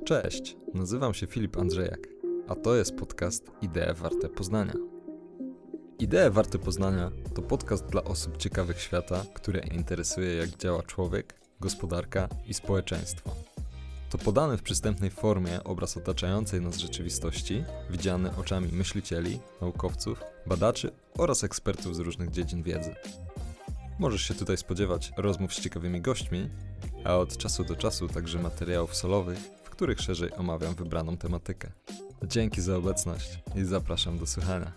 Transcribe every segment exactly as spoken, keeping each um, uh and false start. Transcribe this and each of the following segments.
Cześć, nazywam się Filip Andrzejak, a to jest podcast Idee Warte Poznania. Idee Warte Poznania to podcast dla osób ciekawych świata, które interesuje, jak działa człowiek, gospodarka i społeczeństwo. To podany w przystępnej formie obraz otaczającej nas rzeczywistości, widziany oczami myślicieli, naukowców, badaczy oraz ekspertów z różnych dziedzin wiedzy. Możesz się tutaj spodziewać rozmów z ciekawymi gośćmi, a od czasu do czasu także materiałów solowych, w których szerzej omawiam wybraną tematykę. Dzięki za obecność i zapraszam do słuchania.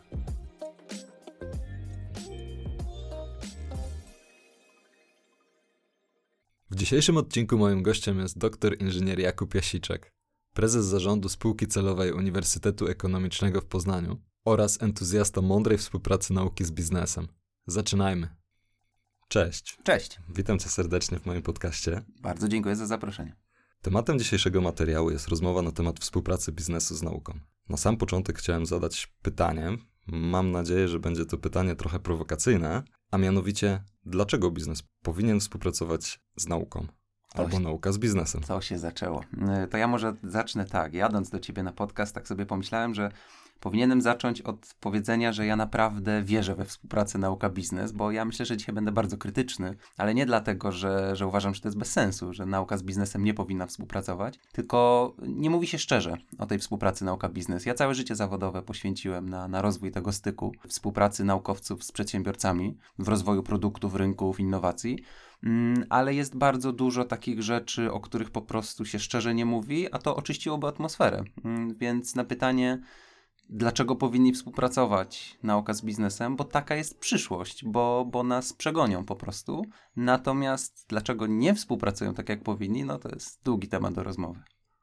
W dzisiejszym odcinku moim gościem jest doktor inżynier Jakub Jasiczek, prezes zarządu spółki celowej Uniwersytetu Ekonomicznego w Poznaniu oraz entuzjasta mądrej współpracy nauki z biznesem. Zaczynajmy. Cześć. Cześć. Witam cię serdecznie w moim podcaście. Bardzo dziękuję za zaproszenie. Tematem dzisiejszego materiału jest rozmowa na temat współpracy biznesu z nauką. Na sam początek chciałem zadać pytanie. Mam nadzieję, że będzie to pytanie trochę prowokacyjne, a mianowicie, dlaczego biznes powinien współpracować z nauką? Albo się, nauka z biznesem. To się zaczęło. To ja może zacznę tak. Jadąc do ciebie na podcast, tak sobie pomyślałem, że powinienem zacząć od powiedzenia, że ja naprawdę wierzę we współpracę nauka-biznes, bo ja myślę, że dzisiaj będę bardzo krytyczny, ale nie dlatego, że, że uważam, że to jest bez sensu, że nauka z biznesem nie powinna współpracować, tylko nie mówi się szczerze o tej współpracy nauka-biznes. Ja całe życie zawodowe poświęciłem na, na rozwój tego styku, współpracy naukowców z przedsiębiorcami, w rozwoju produktów, rynków, innowacji. Ale jest bardzo dużo takich rzeczy, o których po prostu się szczerze nie mówi, a to oczyściłoby atmosferę. Więc na pytanie, dlaczego powinni współpracować nauka z biznesem? Bo taka jest przyszłość, bo, bo nas przegonią po prostu. Natomiast dlaczego nie współpracują tak, jak powinni, no to jest długi temat do rozmowy.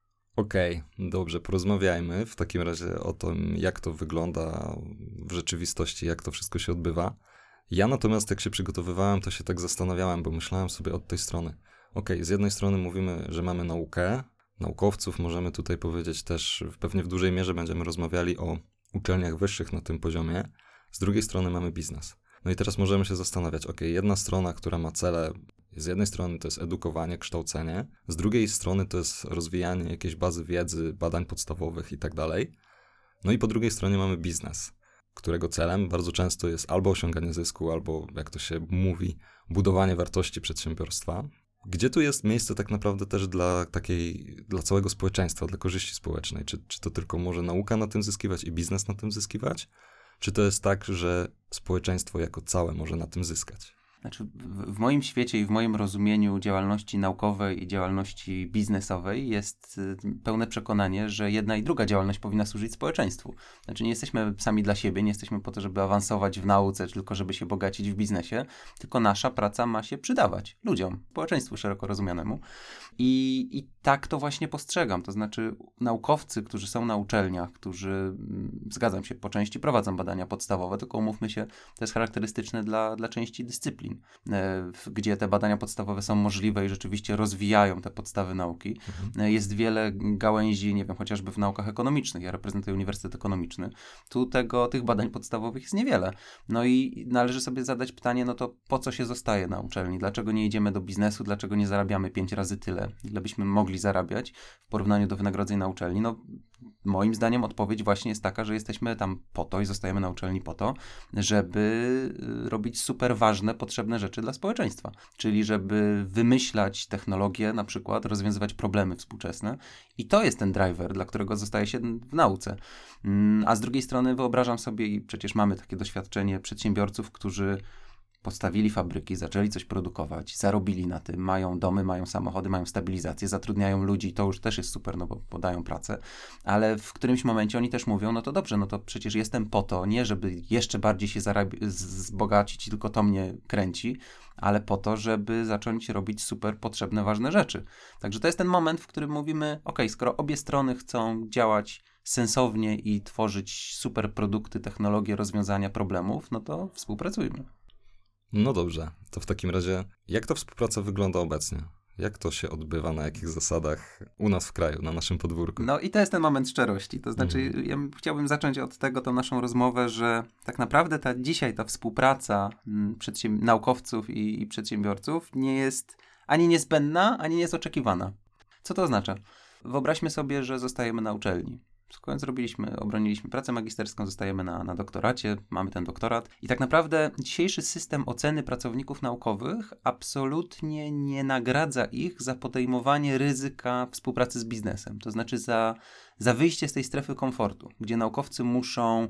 Okej, okay, dobrze, porozmawiajmy w takim razie o tym, jak to wygląda w rzeczywistości, jak to wszystko się odbywa. Ja natomiast jak się przygotowywałem, to się tak zastanawiałem, bo myślałem sobie od tej strony. Okej, okay, z jednej strony mówimy, że mamy naukę, naukowców, możemy tutaj powiedzieć też, pewnie w dużej mierze będziemy rozmawiali o uczelniach wyższych na tym poziomie. Z drugiej strony mamy biznes. No i teraz możemy się zastanawiać, ok, jedna strona, która ma cele, z jednej strony to jest edukowanie, kształcenie, z drugiej strony to jest rozwijanie jakiejś bazy wiedzy, badań podstawowych i tak dalej. No i po drugiej stronie mamy biznes, którego celem bardzo często jest albo osiąganie zysku, albo jak to się mówi, budowanie wartości przedsiębiorstwa. Gdzie tu jest miejsce tak naprawdę też dla takiej, dla całego społeczeństwa, dla korzyści społecznej? Czy, czy to tylko może nauka na tym zyskiwać i biznes na tym zyskiwać? Czy to jest tak, że społeczeństwo jako całe może na tym zyskać? Znaczy, w, w moim świecie i w moim rozumieniu działalności naukowej i działalności biznesowej jest y, pełne przekonanie, że jedna i druga działalność powinna służyć społeczeństwu. Znaczy, nie jesteśmy sami dla siebie, nie jesteśmy po to, żeby awansować w nauce, czy tylko żeby się bogacić w biznesie, tylko nasza praca ma się przydawać ludziom, społeczeństwu szeroko rozumianemu. I, i tak to właśnie postrzegam. To znaczy, naukowcy, którzy są na uczelniach, którzy, zgadzam się, po części prowadzą badania podstawowe, tylko umówmy się, to jest charakterystyczne dla, dla części dyscyplin, gdzie te badania podstawowe są możliwe i rzeczywiście rozwijają te podstawy nauki. Mhm. Jest wiele gałęzi, nie wiem, chociażby w naukach ekonomicznych. Ja reprezentuję Uniwersytet Ekonomiczny. Tu tego, tych badań podstawowych jest niewiele. No i należy sobie zadać pytanie, no to po co się zostaje na uczelni? Dlaczego nie idziemy do biznesu? Dlaczego nie zarabiamy pięć razy tyle, ile byśmy mogli zarabiać w porównaniu do wynagrodzeń na uczelni? No, moim zdaniem odpowiedź właśnie jest taka, że jesteśmy tam po to i zostajemy na uczelni po to, żeby robić super ważne, potrzebne rzeczy dla społeczeństwa. Czyli żeby wymyślać technologie, na przykład rozwiązywać problemy współczesne i to jest ten driver, dla którego zostaje się w nauce. A z drugiej strony wyobrażam sobie, i przecież mamy takie doświadczenie przedsiębiorców, którzy postawili fabryki, zaczęli coś produkować, zarobili na tym, mają domy, mają samochody, mają stabilizację, zatrudniają ludzi, to już też jest super, no bo podają pracę, ale w którymś momencie oni też mówią, no to dobrze, no to przecież jestem po to, nie żeby jeszcze bardziej się zarab- zbogacić, tylko to mnie kręci, ale po to, żeby zacząć robić super potrzebne, ważne rzeczy. Także to jest ten moment, w którym mówimy, ok, skoro obie strony chcą działać sensownie i tworzyć super produkty, technologie, rozwiązania problemów, no to współpracujmy. No dobrze, to w takim razie jak ta współpraca wygląda obecnie? Jak to się odbywa, na jakich zasadach u nas w kraju, na naszym podwórku? No i to jest ten moment szczerości. To znaczy, mhm. ja chciałbym zacząć od tego, tą naszą rozmowę, że tak naprawdę ta dzisiaj ta współpraca przedsięb- naukowców i, i przedsiębiorców nie jest ani niezbędna, ani nie jest oczekiwana. Co to oznacza? Wyobraźmy sobie, że zostajemy na uczelni. Zrobiliśmy, obroniliśmy pracę magisterską, zostajemy na, na doktoracie, mamy ten doktorat. I tak naprawdę dzisiejszy system oceny pracowników naukowych absolutnie nie nagradza ich za podejmowanie ryzyka współpracy z biznesem. To znaczy za, za wyjście z tej strefy komfortu, gdzie naukowcy muszą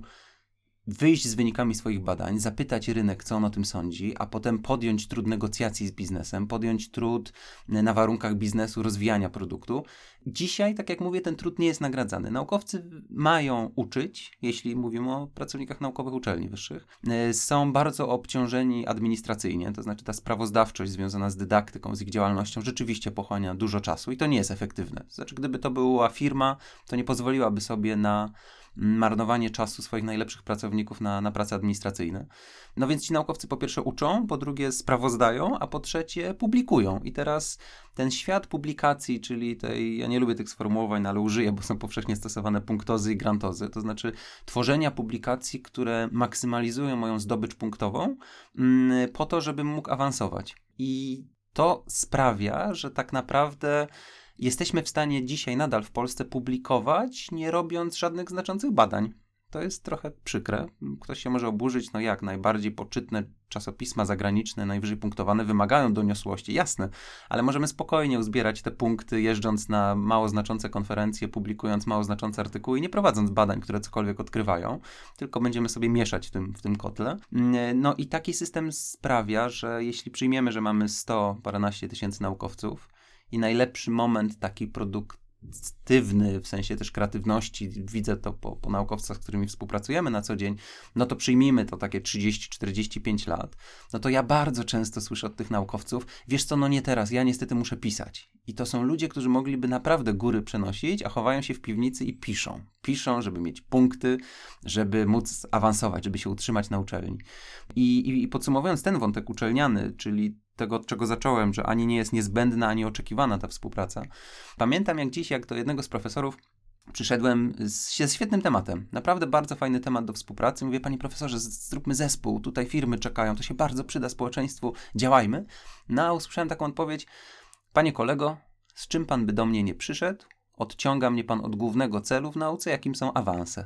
wyjść z wynikami swoich badań, zapytać rynek, co on o tym sądzi, a potem podjąć trud negocjacji z biznesem, podjąć trud na warunkach biznesu rozwijania produktu. Dzisiaj, tak jak mówię, ten trud nie jest nagradzany. Naukowcy mają uczyć, jeśli mówimy o pracownikach naukowych uczelni wyższych. Są bardzo obciążeni administracyjnie, to znaczy ta sprawozdawczość związana z dydaktyką, z ich działalnością rzeczywiście pochłania dużo czasu i to nie jest efektywne. To znaczy, gdyby to była firma, to nie pozwoliłaby sobie na marnowanie czasu swoich najlepszych pracowników na, na prace administracyjne. No więc ci naukowcy po pierwsze uczą, po drugie sprawozdają, a po trzecie publikują. I teraz ten świat publikacji, czyli tej, ja nie lubię tych sformułowań, no ale użyję, bo są powszechnie stosowane punktozy i grantozy, to znaczy tworzenia publikacji, które maksymalizują moją zdobycz punktową mm, po to, żebym mógł awansować. I to sprawia, że tak naprawdę jesteśmy w stanie dzisiaj nadal w Polsce publikować, nie robiąc żadnych znaczących badań. To jest trochę przykre. Ktoś się może oburzyć, no jak, najbardziej poczytne czasopisma zagraniczne, najwyżej punktowane, wymagają doniosłości, jasne, ale możemy spokojnie uzbierać te punkty, jeżdżąc na mało znaczące konferencje, publikując mało znaczące artykuły i nie prowadząc badań, które cokolwiek odkrywają, tylko będziemy sobie mieszać w tym, w tym kotle. No i taki system sprawia, że jeśli przyjmiemy, że mamy sto paręnaście tysięcy naukowców, i najlepszy moment taki produktywny, w sensie też kreatywności, widzę to po, po naukowcach, z którymi współpracujemy na co dzień, no to przyjmijmy to takie trzydzieści czterdzieści pięć lat, no to ja bardzo często słyszę od tych naukowców, wiesz co, no nie teraz, ja niestety muszę pisać. I to są ludzie, którzy mogliby naprawdę góry przenosić, a chowają się w piwnicy i piszą. Piszą, żeby mieć punkty, żeby móc awansować, żeby się utrzymać na uczelni. I, i, i podsumowując ten wątek uczelniany, czyli tego, od czego zacząłem, że ani nie jest niezbędna, ani oczekiwana ta współpraca. Pamiętam jak dziś, jak do jednego z profesorów przyszedłem z, ze świetnym tematem. Naprawdę bardzo fajny temat do współpracy. Mówię, panie profesorze, z, zróbmy zespół, tutaj firmy czekają, to się bardzo przyda społeczeństwu, działajmy. No a usłyszałem taką odpowiedź, panie kolego, z czym pan by do mnie nie przyszedł, odciąga mnie pan od głównego celu w nauce, jakim są awanse.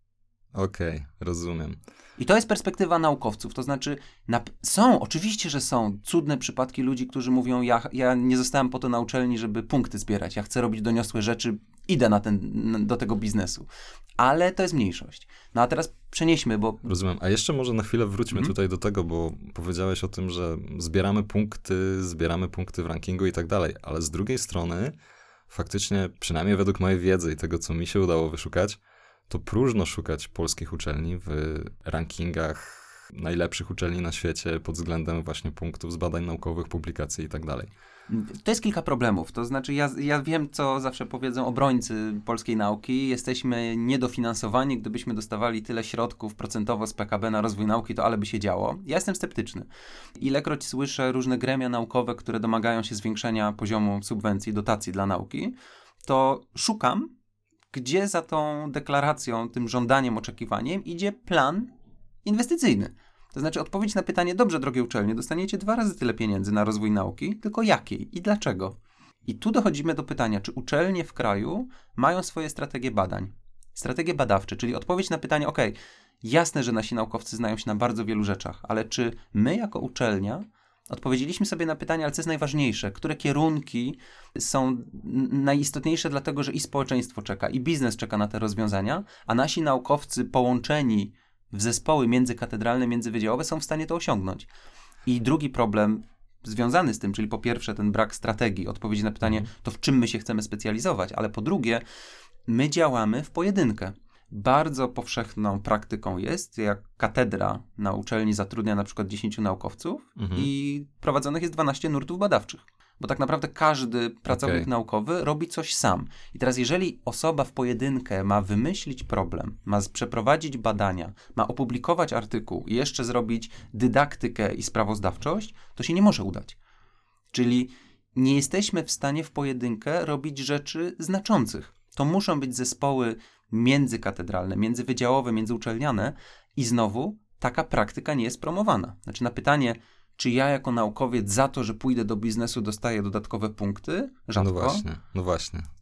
Okej, okay, rozumiem. I to jest perspektywa naukowców, to znaczy nap- są, oczywiście, że są cudne przypadki ludzi, którzy mówią, ja, ja nie zostałem po to na uczelni, żeby punkty zbierać, ja chcę robić doniosłe rzeczy, idę na ten, do tego biznesu. Ale to jest mniejszość. No a teraz przenieśmy, bo... Rozumiem, a jeszcze może na chwilę wróćmy mm. tutaj do tego, bo powiedziałeś o tym, że zbieramy punkty, zbieramy punkty w rankingu i tak dalej, ale z drugiej strony faktycznie, przynajmniej według mojej wiedzy i tego, co mi się udało wyszukać, to próżno szukać polskich uczelni w rankingach najlepszych uczelni na świecie pod względem właśnie punktów z badań naukowych, publikacji i tak dalej. To jest kilka problemów. To znaczy ja, ja wiem, co zawsze powiedzą obrońcy polskiej nauki. Jesteśmy niedofinansowani. Gdybyśmy dostawali tyle środków procentowo z P K B na rozwój nauki, to ale by się działo. Ja jestem sceptyczny. Ilekroć słyszę różne gremia naukowe, które domagają się zwiększenia poziomu subwencji, dotacji dla nauki, to szukam, gdzie za tą deklaracją, tym żądaniem, oczekiwaniem idzie plan inwestycyjny. To znaczy odpowiedź na pytanie, dobrze, drogie uczelnie, dostaniecie dwa razy tyle pieniędzy na rozwój nauki, tylko jakiej i dlaczego? I tu dochodzimy do pytania, czy uczelnie w kraju mają swoje strategie badań, strategie badawcze, czyli odpowiedź na pytanie, ok, jasne, że nasi naukowcy znają się na bardzo wielu rzeczach, ale czy my jako uczelnia odpowiedzieliśmy sobie na pytanie, ale co jest najważniejsze, które kierunki są najistotniejsze dlatego, że i społeczeństwo czeka, i biznes czeka na te rozwiązania, a nasi naukowcy połączeni w zespoły międzykatedralne, międzywydziałowe są w stanie to osiągnąć. I drugi problem związany z tym, czyli po pierwsze ten brak strategii, odpowiedzi na pytanie, to w czym my się chcemy specjalizować, ale po drugie, my działamy w pojedynkę. Bardzo powszechną praktyką jest, jak katedra na uczelni zatrudnia na przykład dziesięciu naukowców mhm. i prowadzonych jest dwanaście nurtów badawczych. Bo tak naprawdę każdy pracownik okay. naukowy robi coś sam. I teraz jeżeli osoba w pojedynkę ma wymyślić problem, ma przeprowadzić badania, ma opublikować artykuł i jeszcze zrobić dydaktykę i sprawozdawczość, to się nie może udać. Czyli nie jesteśmy w stanie w pojedynkę robić rzeczy znaczących. To muszą być zespoły międzykatedralne, międzywydziałowe, międzyuczelniane i znowu taka praktyka nie jest promowana. Znaczy na pytanie, czy ja jako naukowiec za to, że pójdę do biznesu dostaję dodatkowe punkty? Rzadko. No właśnie, no właśnie.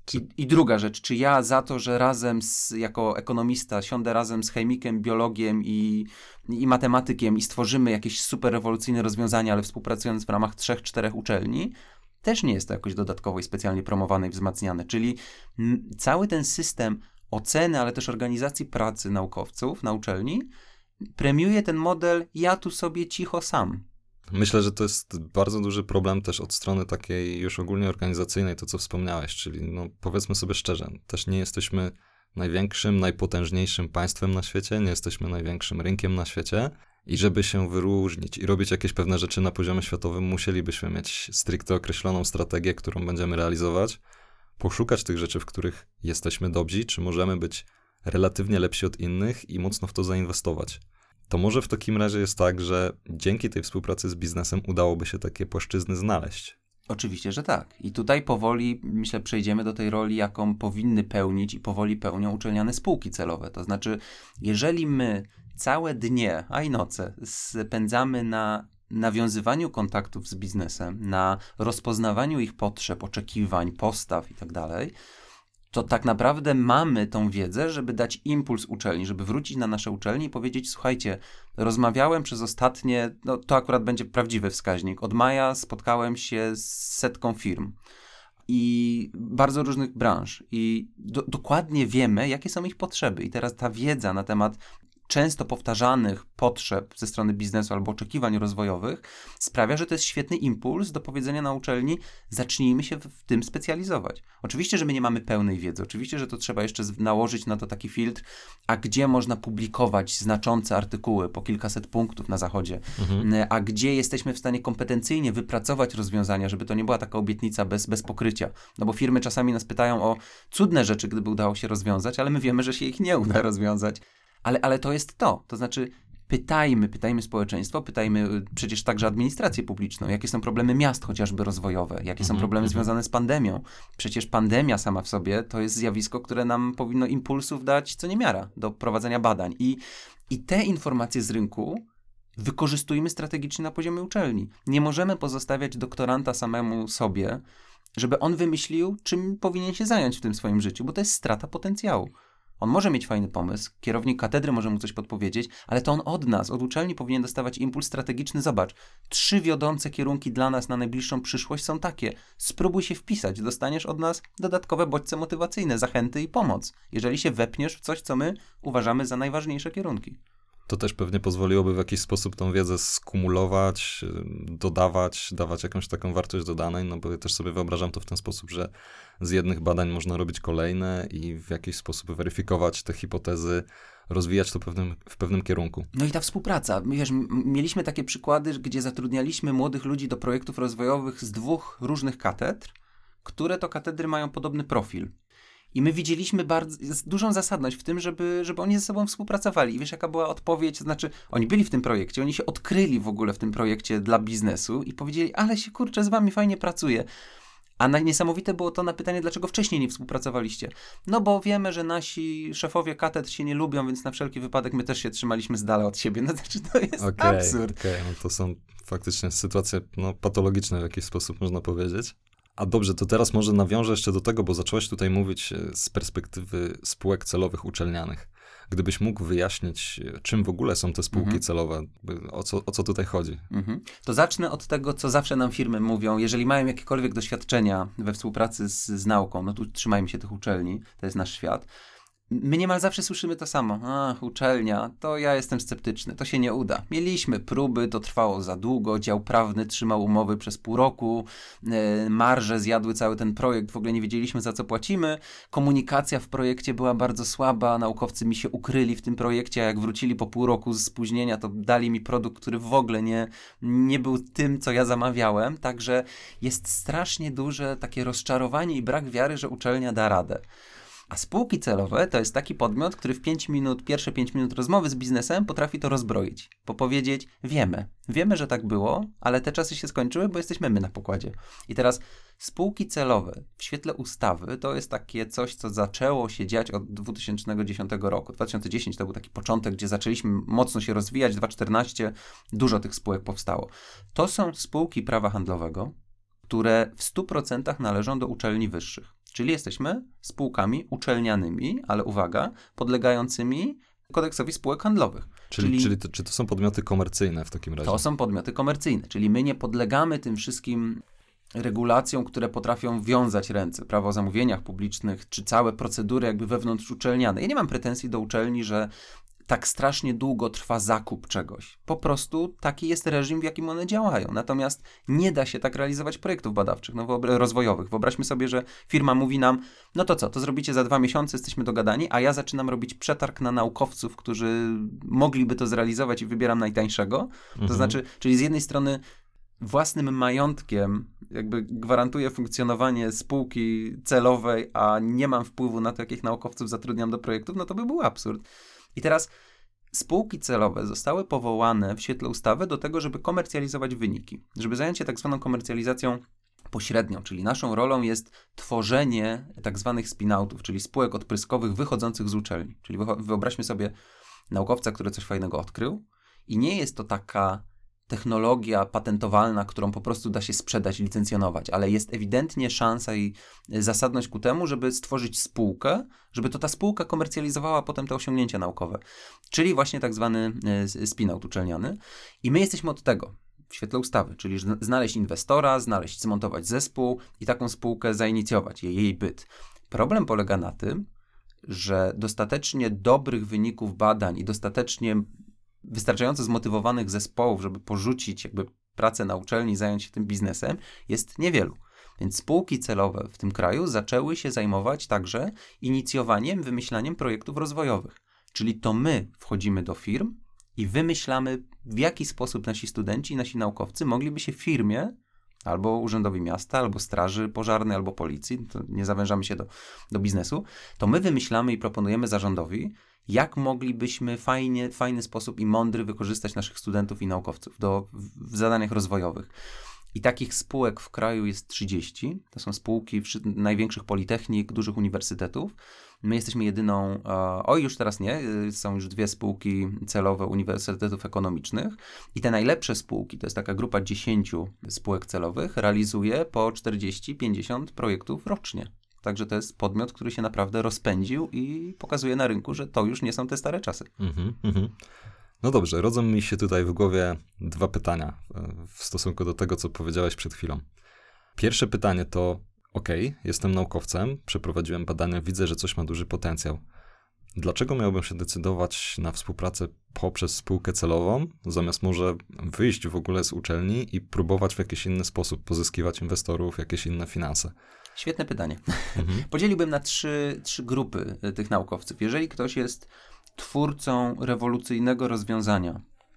Czy... I, I druga rzecz, czy ja za to, że razem z, jako ekonomista siądę razem z chemikiem, biologiem i, i matematykiem i stworzymy jakieś super rewolucyjne rozwiązania, ale współpracując w ramach trzech, czterech uczelni, też nie jest to jakoś dodatkowo i specjalnie promowane i wzmacniane. Czyli m, cały ten system oceny, ale też organizacji pracy naukowców na uczelni premiuje ten model ja tu sobie cicho sam. Myślę, że to jest bardzo duży problem też od strony takiej już ogólnie organizacyjnej, to co wspomniałeś, czyli no powiedzmy sobie szczerze, też nie jesteśmy największym, najpotężniejszym państwem na świecie, nie jesteśmy największym rynkiem na świecie i żeby się wyróżnić i robić jakieś pewne rzeczy na poziomie światowym, musielibyśmy mieć stricte określoną strategię, którą będziemy realizować, poszukać tych rzeczy, w których jesteśmy dobrzy, czy możemy być relatywnie lepsi od innych i mocno w to zainwestować. To może w takim razie jest tak, że dzięki tej współpracy z biznesem udałoby się takie płaszczyzny znaleźć. Oczywiście, że tak. I tutaj powoli, myślę, przejdziemy do tej roli, jaką powinny pełnić i powoli pełnią uczelniane spółki celowe. To znaczy, jeżeli my całe dnie, a i noce spędzamy na nawiązywaniu kontaktów z biznesem, na rozpoznawaniu ich potrzeb, oczekiwań, postaw i tak dalej, to tak naprawdę mamy tą wiedzę, żeby dać impuls uczelni, żeby wrócić na nasze uczelnie i powiedzieć, słuchajcie, rozmawiałem przez ostatnie, no to akurat będzie prawdziwy wskaźnik, od maja spotkałem się z setką firm i bardzo różnych branż i do, dokładnie wiemy, jakie są ich potrzeby i teraz ta wiedza na temat często powtarzanych potrzeb ze strony biznesu albo oczekiwań rozwojowych sprawia, że to jest świetny impuls do powiedzenia na uczelni, zacznijmy się w, w tym specjalizować. Oczywiście, że my nie mamy pełnej wiedzy, oczywiście, że to trzeba jeszcze nałożyć na to taki filtr, a gdzie można publikować znaczące artykuły po kilkaset punktów na zachodzie, mhm. a gdzie jesteśmy w stanie kompetencyjnie wypracować rozwiązania, żeby to nie była taka obietnica bez, bez pokrycia. No bo firmy czasami nas pytają o cudne rzeczy, gdyby udało się rozwiązać, ale my wiemy, że się ich nie uda rozwiązać. Ale, ale to jest to, to znaczy pytajmy, pytajmy społeczeństwo, pytajmy przecież także administrację publiczną, jakie są problemy miast chociażby rozwojowe, jakie są problemy związane z pandemią. Przecież pandemia sama w sobie to jest zjawisko, które nam powinno impulsów dać co niemiara do prowadzenia badań. I, i te informacje z rynku wykorzystujmy strategicznie na poziomie uczelni. Nie możemy pozostawiać doktoranta samemu sobie, żeby on wymyślił, czym powinien się zająć w tym swoim życiu, bo to jest strata potencjału. On może mieć fajny pomysł, kierownik katedry może mu coś podpowiedzieć, ale to on od nas, od uczelni powinien dostawać impuls strategiczny. Zobacz, trzy wiodące kierunki dla nas na najbliższą przyszłość są takie. Spróbuj się wpisać, dostaniesz od nas dodatkowe bodźce motywacyjne, zachęty i pomoc, jeżeli się wepniesz w coś, co my uważamy za najważniejsze kierunki. To też pewnie pozwoliłoby w jakiś sposób tą wiedzę skumulować, dodawać, dawać jakąś taką wartość dodanej, no bo ja też sobie wyobrażam to w ten sposób, że z jednych badań można robić kolejne i w jakiś sposób weryfikować te hipotezy, rozwijać to pewnym, w pewnym kierunku. No i ta współpraca. Wiesz, mieliśmy takie przykłady, gdzie zatrudnialiśmy młodych ludzi do projektów rozwojowych z dwóch różnych katedr, które to katedry mają podobny profil. I my widzieliśmy bardzo, dużą zasadność w tym, żeby, żeby oni ze sobą współpracowali. I wiesz, jaka była odpowiedź? To znaczy, oni byli w tym projekcie, oni się odkryli w ogóle w tym projekcie dla biznesu i powiedzieli, ale się kurczę, z wami fajnie pracuje. A niesamowite było to na pytanie, dlaczego wcześniej nie współpracowaliście. No bo wiemy, że nasi szefowie katedr się nie lubią, więc na wszelki wypadek my też się trzymaliśmy z dala od siebie. No znaczy, to jest okay, absurd. Okej, okay. No to są faktycznie sytuacje no, patologiczne w jakiś sposób, można powiedzieć. A dobrze, to teraz może nawiążę jeszcze do tego, bo zacząłeś tutaj mówić z perspektywy spółek celowych uczelnianych. Gdybyś mógł wyjaśnić, czym w ogóle są te spółki mhm. celowe, o co, o co tutaj chodzi? Mhm. To zacznę od tego, co zawsze nam firmy mówią. Jeżeli mają jakiekolwiek doświadczenia we współpracy z, z nauką, no tu trzymajmy się tych uczelni, to jest nasz świat. My niemal zawsze słyszymy to samo. Ach, uczelnia, to ja jestem sceptyczny, to się nie uda. Mieliśmy próby, to trwało za długo, dział prawny trzymał umowy przez pół roku, yy, marże zjadły cały ten projekt, w ogóle nie wiedzieliśmy, za co płacimy. Komunikacja w projekcie była bardzo słaba, naukowcy mi się ukryli w tym projekcie, a jak wrócili po pół roku z spóźnienia, to dali mi produkt, który w ogóle nie, nie był tym, co ja zamawiałem. Także jest strasznie duże takie rozczarowanie i brak wiary, że uczelnia da radę. A spółki celowe to jest taki podmiot, który w pięć minut, pierwsze pięć minut rozmowy z biznesem potrafi to rozbroić. Powiedzieć, wiemy, wiemy, że tak było, ale te czasy się skończyły, bo jesteśmy my na pokładzie. I teraz spółki celowe w świetle ustawy to jest takie coś, co zaczęło się dziać od dwa tysiące dziesiątego roku. dwa tysiące dziesiąty to był taki początek, gdzie zaczęliśmy mocno się rozwijać, dwa tysiące czternasty dużo tych spółek powstało. To są spółki prawa handlowego, które w stu procentach należą do uczelni wyższych. Czyli jesteśmy spółkami uczelnianymi, ale uwaga, podlegającymi kodeksowi spółek handlowych. Czyli, czyli, czyli to, czy to są podmioty komercyjne w takim razie? To są podmioty komercyjne, czyli my nie podlegamy tym wszystkim regulacjom, które potrafią wiązać ręce. Prawo o zamówieniach publicznych, czy całe procedury jakby wewnątrz uczelniane. Ja nie mam pretensji do uczelni, że tak strasznie długo trwa zakup czegoś. Po prostu taki jest reżim, w jakim one działają. Natomiast nie da się tak realizować projektów badawczych, no, wyobra- rozwojowych. Wyobraźmy sobie, że firma mówi nam, no to co, to zrobicie za dwa miesiące, jesteśmy dogadani, a ja zaczynam robić przetarg na naukowców, którzy mogliby to zrealizować i wybieram najtańszego. Mhm. To znaczy, czyli z jednej strony własnym majątkiem jakby gwarantuję funkcjonowanie spółki celowej, a nie mam wpływu na to, jakich naukowców zatrudniam do projektów, no to by był absurd. I teraz spółki celowe zostały powołane w świetle ustawy do tego, żeby komercjalizować wyniki. Żeby zająć się tak zwaną komercjalizacją pośrednią, czyli naszą rolą jest tworzenie tak zwanych spin-outów, czyli spółek odpryskowych wychodzących z uczelni. Czyli wyobraźmy sobie naukowca, który coś fajnego odkrył i nie jest to taka technologia patentowalna, którą po prostu da się sprzedać, licencjonować, ale jest ewidentnie szansa i zasadność ku temu, żeby stworzyć spółkę, żeby to ta spółka komercjalizowała potem te osiągnięcia naukowe. Czyli właśnie tak zwany spin-out uczelniany. I my jesteśmy od tego w świetle ustawy, czyli znaleźć inwestora, znaleźć, zmontować zespół i taką spółkę zainicjować, jej, jej byt. Problem polega na tym, że dostatecznie dobrych wyników badań i dostatecznie wystarczająco zmotywowanych zespołów, żeby porzucić jakby pracę na uczelni i zająć się tym biznesem, jest niewielu. Więc spółki celowe w tym kraju zaczęły się zajmować także inicjowaniem, wymyślaniem projektów rozwojowych. Czyli to my wchodzimy do firm i wymyślamy, w jaki sposób nasi studenci, nasi naukowcy mogliby się w firmie albo urzędowi miasta, albo straży pożarnej, albo policji, to nie zawężamy się do, do biznesu, to my wymyślamy i proponujemy zarządowi, jak moglibyśmy fajnie, fajny sposób i mądry wykorzystać naszych studentów i naukowców do, w, w zadaniach rozwojowych. I takich spółek w kraju jest trzydzieści. To są spółki największych politechnik, dużych uniwersytetów. My jesteśmy jedyną, oj już teraz nie, są już dwie spółki celowe uniwersytetów ekonomicznych i te najlepsze spółki, to jest taka grupa dziesięciu spółek celowych, realizuje po czterdzieści pięćdziesiąt projektów rocznie. Także to jest podmiot, który się naprawdę rozpędził i pokazuje na rynku, że to już nie są te stare czasy. Mhm, mhm. No dobrze, rodzą mi się tutaj w głowie dwa pytania w stosunku do tego, co powiedziałeś przed chwilą. Pierwsze pytanie to, okej, okay, jestem naukowcem, przeprowadziłem badania, widzę, że coś ma duży potencjał. Dlaczego miałbym się decydować na współpracę poprzez spółkę celową, zamiast może wyjść w ogóle z uczelni i próbować w jakiś inny sposób pozyskiwać inwestorów, jakieś inne finanse? Świetne pytanie. Mhm. Podzieliłbym na trzy, trzy grupy tych naukowców. Jeżeli ktoś jest twórcą rewolucyjnego rozwiązania,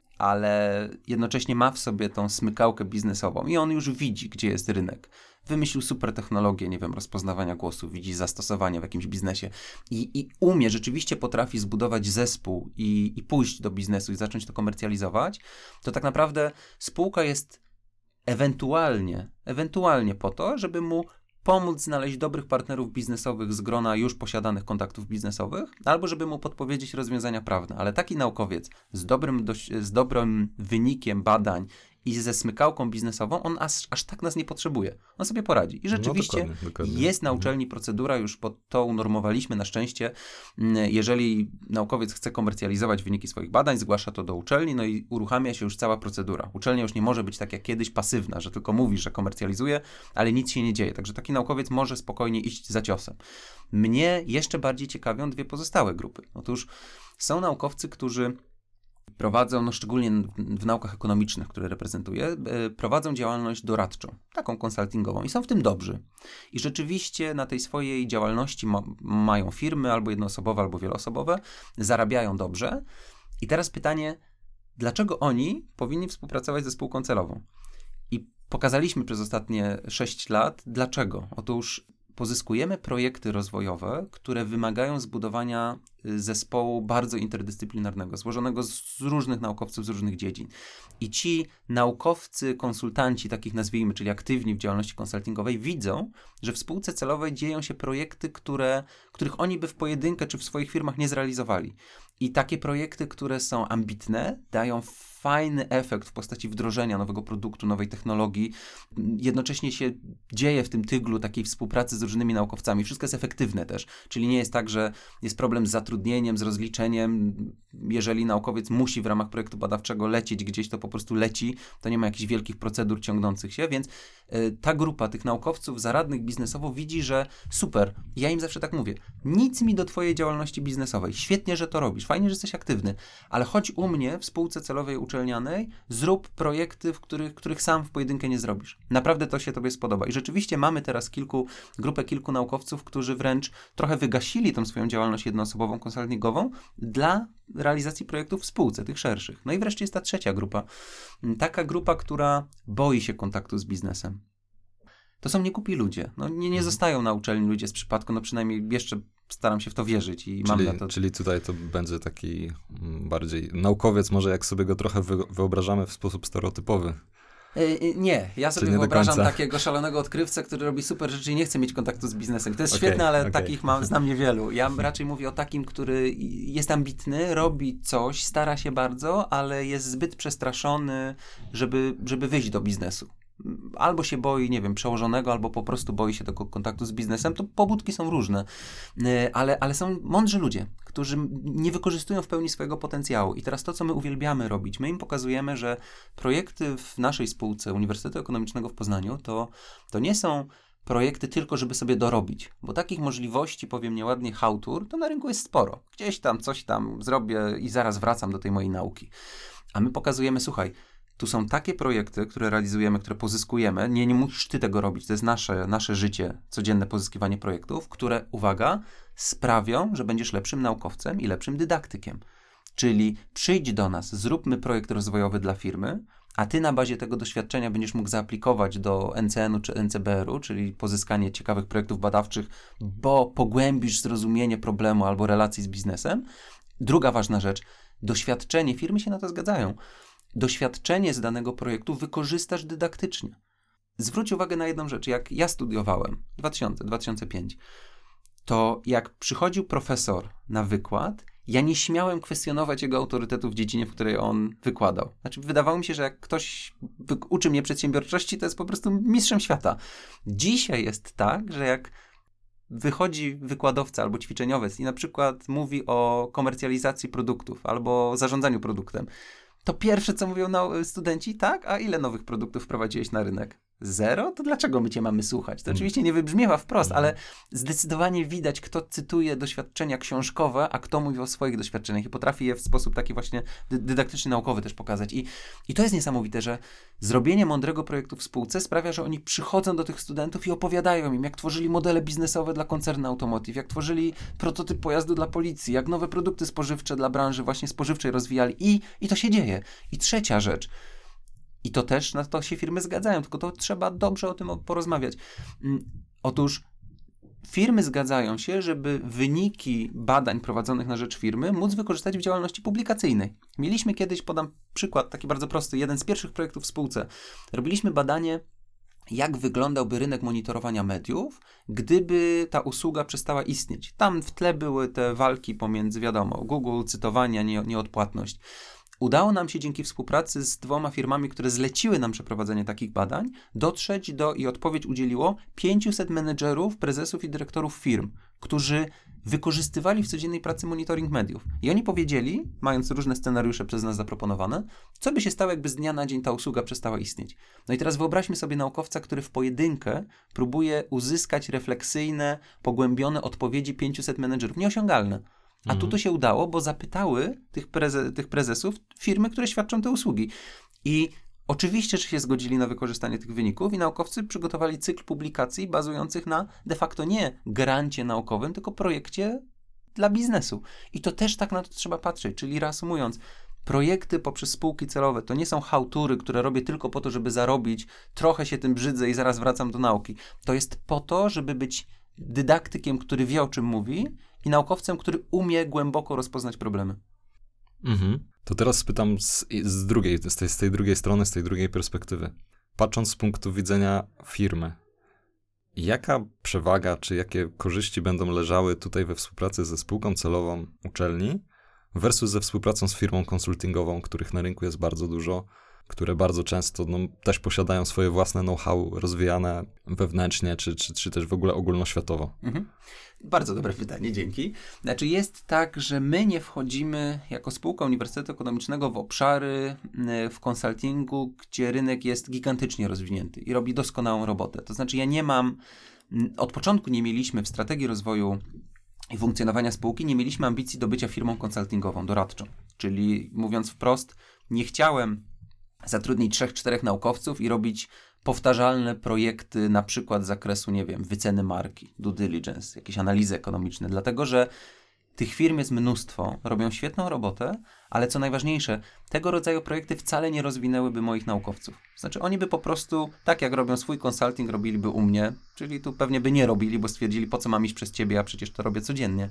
ale jednocześnie ma w sobie tą smykałkę biznesową i on już widzi, gdzie jest rynek. Wymyślił super technologię, nie wiem, rozpoznawania głosu, widzi zastosowania w jakimś biznesie i, i umie, rzeczywiście potrafi zbudować zespół i, i pójść do biznesu i zacząć to komercjalizować, to tak naprawdę spółka jest ewentualnie, ewentualnie po to, żeby mu pomóc znaleźć dobrych partnerów biznesowych z grona już posiadanych kontaktów biznesowych, albo żeby mu podpowiedzieć rozwiązania prawne. Ale taki naukowiec z dobrym, dość, z dobrym wynikiem badań i ze smykałką biznesową, on aż, aż tak nas nie potrzebuje. On sobie poradzi. I rzeczywiście no dokładnie, dokładnie. Jest na uczelni procedura, już pod to unormowaliśmy na szczęście. Jeżeli naukowiec chce komercjalizować wyniki swoich badań, zgłasza to do uczelni, no i uruchamia się już cała procedura. Uczelnia już nie może być tak jak kiedyś pasywna, że tylko mówi, że komercjalizuje, ale nic się nie dzieje. Także taki naukowiec może spokojnie iść za ciosem. Mnie jeszcze bardziej ciekawią dwie pozostałe grupy. Otóż są naukowcy, którzy prowadzą, no szczególnie w naukach ekonomicznych, które reprezentuję, prowadzą działalność doradczą, taką konsultingową i są w tym dobrzy. I rzeczywiście na tej swojej działalności ma, mają firmy albo jednoosobowe, albo wieloosobowe, zarabiają dobrze. I teraz pytanie, dlaczego oni powinni współpracować ze spółką celową? I pokazaliśmy przez ostatnie sześć lat, dlaczego. Otóż pozyskujemy projekty rozwojowe, które wymagają zbudowania zespołu bardzo interdyscyplinarnego, złożonego z różnych naukowców z różnych dziedzin. I ci naukowcy, konsultanci, takich nazwijmy, czyli aktywni w działalności konsultingowej, widzą, że w spółce celowej dzieją się projekty, które, których oni by w pojedynkę czy w swoich firmach nie zrealizowali. I takie projekty, które są ambitne, dają fajny efekt w postaci wdrożenia nowego produktu, nowej technologii. Jednocześnie się dzieje w tym tyglu takiej współpracy z różnymi naukowcami. Wszystko jest efektywne też, czyli nie jest tak, że jest problem z zatrudnieniem, z rozliczeniem. Jeżeli naukowiec musi w ramach projektu badawczego lecieć gdzieś, to po prostu leci. To nie ma jakichś wielkich procedur ciągnących się, więc y, ta grupa tych naukowców zaradnych biznesowo widzi, że super, ja im zawsze tak mówię, nic mi do twojej działalności biznesowej, świetnie, że to robisz, fajnie, że jesteś aktywny, ale chodź u mnie w spółce celowej uczelnianej, zrób projekty, w których, których sam w pojedynkę nie zrobisz. Naprawdę to się tobie spodoba. I rzeczywiście mamy teraz kilku, grupę kilku naukowców, którzy wręcz trochę wygasili tą swoją działalność jednoosobową, konsultingową dla realizacji projektów w spółce, tych szerszych. No i wreszcie jest ta trzecia grupa. Taka grupa, która boi się kontaktu z biznesem. To są niekupi ludzie. No, nie, nie zostają na uczelni ludzie z przypadku, no przynajmniej jeszcze staram się w to wierzyć i mam czyli, na to... Czyli tutaj to będzie taki bardziej naukowiec, może jak sobie go trochę wy, wyobrażamy w sposób stereotypowy. Yy, nie, ja sobie nie wyobrażam takiego szalonego odkrywcę, który robi super rzeczy i nie chce mieć kontaktu z biznesem. To jest okay, świetne, ale okay. takich mam, znam niewielu. Ja raczej mówię o takim, który jest ambitny, robi coś, stara się bardzo, ale jest zbyt przestraszony, żeby, żeby wyjść do biznesu. Albo się boi, nie wiem, przełożonego, albo po prostu boi się tego kontaktu z biznesem. To pobudki są różne, ale, ale są mądrzy ludzie, którzy nie wykorzystują w pełni swojego potencjału. I teraz to, co my uwielbiamy robić, my im pokazujemy, że projekty w naszej spółce Uniwersytetu Ekonomicznego w Poznaniu to, to nie są projekty tylko, żeby sobie dorobić, bo takich możliwości, powiem nieładnie, chałtur, to na rynku jest sporo. Gdzieś tam coś tam zrobię i zaraz wracam do tej mojej nauki. A my pokazujemy, słuchaj, tu są takie projekty, które realizujemy, które pozyskujemy. Nie, nie musisz ty tego robić. To jest nasze, nasze życie, codzienne pozyskiwanie projektów, które, uwaga, sprawią, że będziesz lepszym naukowcem i lepszym dydaktykiem. Czyli przyjdź do nas, zróbmy projekt rozwojowy dla firmy, a ty na bazie tego doświadczenia będziesz mógł zaaplikować do N C N u czy N C B R u, czyli pozyskanie ciekawych projektów badawczych, bo pogłębisz zrozumienie problemu albo relacji z biznesem. Druga ważna rzecz, doświadczenie, firmy się na to zgadzają. Doświadczenie z danego projektu wykorzystasz dydaktycznie. Zwróć uwagę na jedną rzecz. Jak ja studiowałem dwa tysiące do dwa tysiące piątego, to jak przychodził profesor na wykład, ja nie śmiałem kwestionować jego autorytetu w dziedzinie, w której on wykładał. Znaczy, wydawało mi się, że jak ktoś uczy mnie przedsiębiorczości, to jest po prostu mistrzem świata. Dzisiaj jest tak, że jak wychodzi wykładowca albo ćwiczeniowiec i na przykład mówi o komercjalizacji produktów albo zarządzaniu produktem, to pierwsze, co mówią studenci, tak, a ile nowych produktów wprowadziłeś na rynek? Zero? To dlaczego my cię mamy słuchać? To oczywiście nie wybrzmiewa wprost, ale zdecydowanie widać, kto cytuje doświadczenia książkowe, a kto mówi o swoich doświadczeniach i potrafi je w sposób taki właśnie dy- dydaktyczny, naukowy też pokazać. I, I to jest niesamowite, że zrobienie mądrego projektu w spółce sprawia, że oni przychodzą do tych studentów i opowiadają im, jak tworzyli modele biznesowe dla koncernu Automotive, jak tworzyli prototyp pojazdu dla policji, jak nowe produkty spożywcze dla branży właśnie spożywczej rozwijali i, i to się dzieje. I trzecia rzecz, i to też na to się firmy zgadzają, tylko to trzeba dobrze o tym porozmawiać. Otóż firmy zgadzają się, żeby wyniki badań prowadzonych na rzecz firmy móc wykorzystać w działalności publikacyjnej. Mieliśmy kiedyś, podam przykład taki bardzo prosty, jeden z pierwszych projektów w spółce. Robiliśmy badanie, jak wyglądałby rynek monitorowania mediów, gdyby ta usługa przestała istnieć. Tam w tle były te walki pomiędzy, wiadomo, Google, cytowania, nie, nieodpłatność. Udało nam się dzięki współpracy z dwoma firmami, które zleciły nam przeprowadzenie takich badań, dotrzeć do i odpowiedź udzieliło pięciuset menedżerów, prezesów i dyrektorów firm, którzy wykorzystywali w codziennej pracy monitoring mediów. I oni powiedzieli, mając różne scenariusze przez nas zaproponowane, co by się stało, jakby z dnia na dzień ta usługa przestała istnieć. No i teraz wyobraźmy sobie naukowca, który w pojedynkę próbuje uzyskać refleksyjne, pogłębione odpowiedzi pięciuset menedżerów. Nieosiągalne. A tu to się udało, bo zapytały tych, preze, tych prezesów firmy, które świadczą te usługi. I oczywiście, że się zgodzili na wykorzystanie tych wyników i naukowcy przygotowali cykl publikacji bazujących na de facto nie grancie naukowym, tylko projekcie dla biznesu. I to też tak na to trzeba patrzeć. Czyli reasumując, projekty poprzez spółki celowe to nie są chałtury, które robię tylko po to, żeby zarobić, trochę się tym brzydzę i zaraz wracam do nauki. To jest po to, żeby być dydaktykiem, który wie, o czym mówi, i naukowcem, który umie głęboko rozpoznać problemy. Mhm. To teraz spytam z, z drugiej, z tej, z tej drugiej strony, z tej drugiej perspektywy. Patrząc z punktu widzenia firmy, jaka przewaga, czy jakie korzyści będą leżały tutaj we współpracy ze spółką celową uczelni versus ze współpracą z firmą konsultingową, których na rynku jest bardzo dużo, które bardzo często no, też posiadają swoje własne know-how rozwijane wewnętrznie, czy, czy, czy też w ogóle ogólnoświatowo? Mhm. Bardzo dobre pytanie, dzięki. Znaczy jest tak, że my nie wchodzimy jako spółka Uniwersytetu Ekonomicznego w obszary w konsultingu, gdzie rynek jest gigantycznie rozwinięty i robi doskonałą robotę. To znaczy ja nie mam, od początku nie mieliśmy w strategii rozwoju i funkcjonowania spółki, nie mieliśmy ambicji do bycia firmą konsultingową, doradczą. Czyli mówiąc wprost, nie chciałem zatrudnić trzech, czterech naukowców i robić powtarzalne projekty, na przykład z zakresu, nie wiem, wyceny marki, due diligence, jakieś analizy ekonomiczne, dlatego że tych firm jest mnóstwo, robią świetną robotę, ale co najważniejsze, tego rodzaju projekty wcale nie rozwinęłyby moich naukowców. Znaczy oni by po prostu, tak jak robią swój consulting, robiliby u mnie, czyli tu pewnie by nie robili, bo stwierdzili, po co mam iść przez ciebie, a przecież to robię codziennie.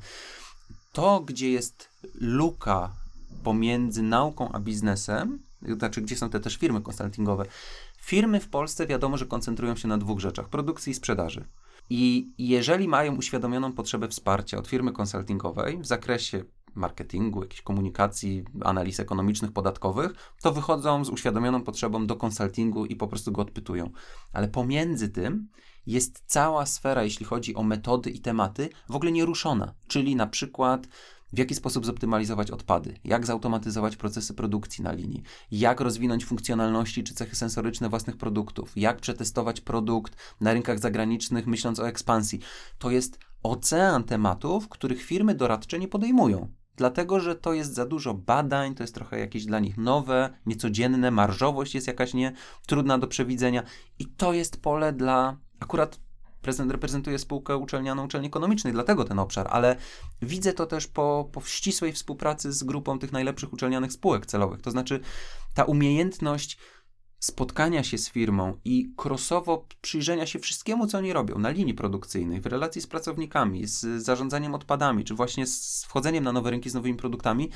To, gdzie jest luka pomiędzy nauką a biznesem, znaczy gdzie są te też firmy konsultingowe. Firmy w Polsce wiadomo, że koncentrują się na dwóch rzeczach, produkcji i sprzedaży. I jeżeli mają uświadomioną potrzebę wsparcia od firmy konsultingowej w zakresie marketingu, jakiejś komunikacji, analiz ekonomicznych, podatkowych, to wychodzą z uświadomioną potrzebą do konsultingu i po prostu go odpytują. Ale pomiędzy tym jest cała sfera, jeśli chodzi o metody i tematy, w ogóle nieruszona. Czyli na przykład w jaki sposób zoptymalizować odpady, jak zautomatyzować procesy produkcji na linii, jak rozwinąć funkcjonalności czy cechy sensoryczne własnych produktów, jak przetestować produkt na rynkach zagranicznych, myśląc o ekspansji. To jest ocean tematów, których firmy doradcze nie podejmują. Dlatego, że to jest za dużo badań, to jest trochę jakieś dla nich nowe, niecodzienne, marżowość jest jakaś nie trudna do przewidzenia i to jest pole dla akurat prezydent reprezentuje spółkę uczelnianą uczelni ekonomicznej, dlatego ten obszar, ale widzę to też po, po ścisłej współpracy z grupą tych najlepszych uczelnianych spółek celowych. To znaczy ta umiejętność spotkania się z firmą i crossowo przyjrzenia się wszystkiemu, co oni robią na linii produkcyjnej, w relacji z pracownikami, z zarządzaniem odpadami, czy właśnie z wchodzeniem na nowe rynki z nowymi produktami,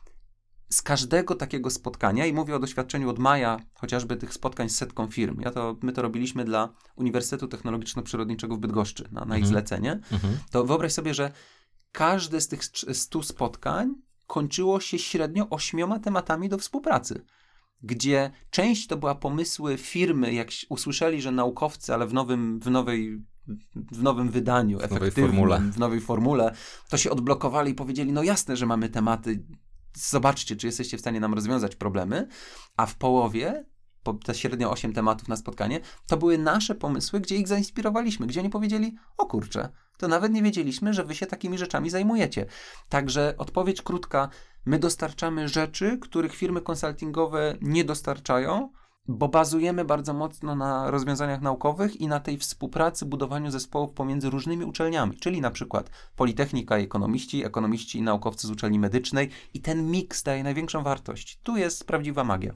z każdego takiego spotkania, i mówię o doświadczeniu od maja, chociażby tych spotkań z setką firm. Ja to, my to robiliśmy dla Uniwersytetu Technologiczno-Przyrodniczego w Bydgoszczy na, na ich Mhm. zlecenie. Mhm. To wyobraź sobie, że każde z tych stu spotkań kończyło się średnio ośmioma tematami do współpracy, gdzie część to była pomysły firmy, jak usłyszeli, że naukowcy, ale w nowym, w nowej w nowym wydaniu, W nowej efektywnym, formule. w nowej formule, to się odblokowali i powiedzieli, no jasne, że mamy tematy, zobaczcie, czy jesteście w stanie nam rozwiązać problemy, a w połowie, po te średnio osiem tematów na spotkanie, to były nasze pomysły, gdzie ich zainspirowaliśmy, gdzie oni powiedzieli, o kurczę, to nawet nie wiedzieliśmy, że wy się takimi rzeczami zajmujecie. Także odpowiedź krótka, my dostarczamy rzeczy, których firmy konsultingowe nie dostarczają, bo bazujemy bardzo mocno na rozwiązaniach naukowych i na tej współpracy, budowaniu zespołów pomiędzy różnymi uczelniami, czyli na przykład Politechnika i ekonomiści, ekonomiści i naukowcy z uczelni medycznej i ten miks daje największą wartość. Tu jest prawdziwa magia.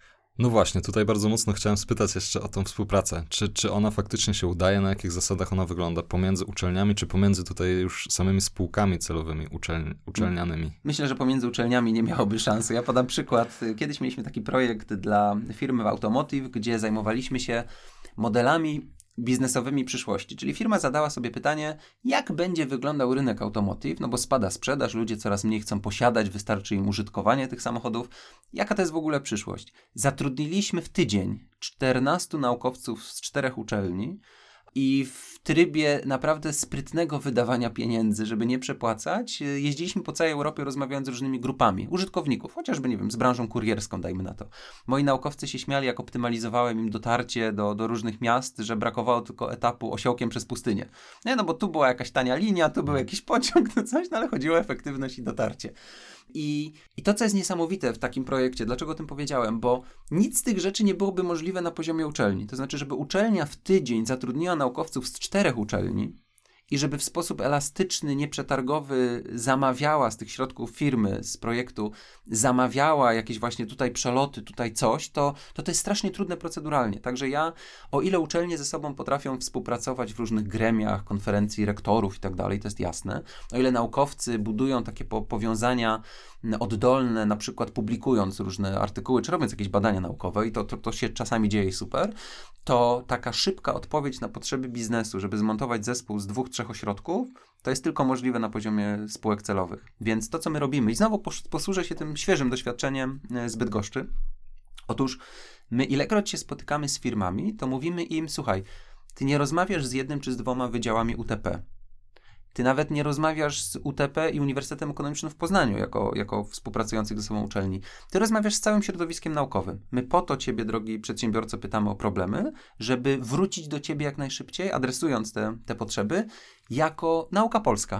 No właśnie, tutaj bardzo mocno chciałem spytać jeszcze o tą współpracę. Czy, czy ona faktycznie się udaje, na jakich zasadach ona wygląda? Pomiędzy uczelniami, czy pomiędzy tutaj już samymi spółkami celowymi, uczelni, uczelnianymi? Myślę, że pomiędzy uczelniami nie miałoby szansy. Ja podam przykład. Kiedyś mieliśmy taki projekt dla firmy w Automotive, gdzie zajmowaliśmy się modelami biznesowymi przyszłości. Czyli firma zadała sobie pytanie, jak będzie wyglądał rynek automotive, no bo spada sprzedaż, ludzie coraz mniej chcą posiadać, wystarczy im użytkowanie tych samochodów. Jaka to jest w ogóle przyszłość? Zatrudniliśmy w tydzień czternastu naukowców z czterech uczelni i w trybie naprawdę sprytnego wydawania pieniędzy, żeby nie przepłacać, jeździliśmy po całej Europie rozmawiając z różnymi grupami użytkowników, chociażby, nie wiem, z branżą kurierską, dajmy na to. Moi naukowcy się śmiali, jak optymalizowałem im dotarcie do, do różnych miast, że brakowało tylko etapu osiołkiem przez pustynię. Nie, no bo tu była jakaś tania linia, tu był jakiś pociąg, no coś, no ale chodziło o efektywność i dotarcie. I, I to, co jest niesamowite w takim projekcie, dlaczego o tym powiedziałem, bo nic z tych rzeczy nie byłoby możliwe na poziomie uczelni. To znaczy, żeby uczelnia w tydzień zatrudniła naukowców z czterech uczelni i żeby w sposób elastyczny, nieprzetargowy zamawiała z tych środków firmy, z projektu, zamawiała jakieś właśnie tutaj przeloty, tutaj coś, to to, to jest strasznie trudne proceduralnie. Także ja, o ile uczelnie ze sobą potrafią współpracować w różnych gremiach, konferencji rektorów i tak dalej, to jest jasne, o ile naukowcy budują takie po, powiązania oddolne, na przykład publikując różne artykuły, czy robiąc jakieś badania naukowe i to, to, to się czasami dzieje super, to taka szybka odpowiedź na potrzeby biznesu, żeby zmontować zespół z dwóch, trzech ośrodków, to jest tylko możliwe na poziomie spółek celowych. Więc to, co my robimy, i znowu posłużę się tym świeżym doświadczeniem z Bydgoszczy. Otóż my ilekroć się spotykamy z firmami, to mówimy im, słuchaj, ty nie rozmawiasz z jednym czy z dwoma wydziałami U T P. Ty nawet nie rozmawiasz z U T P i Uniwersytetem Ekonomicznym w Poznaniu jako, jako współpracujących ze sobą uczelni. Ty rozmawiasz z całym środowiskiem naukowym. My po to ciebie, drogi przedsiębiorco, pytamy o problemy, żeby wrócić do ciebie jak najszybciej, adresując te, te potrzeby, jako nauka polska.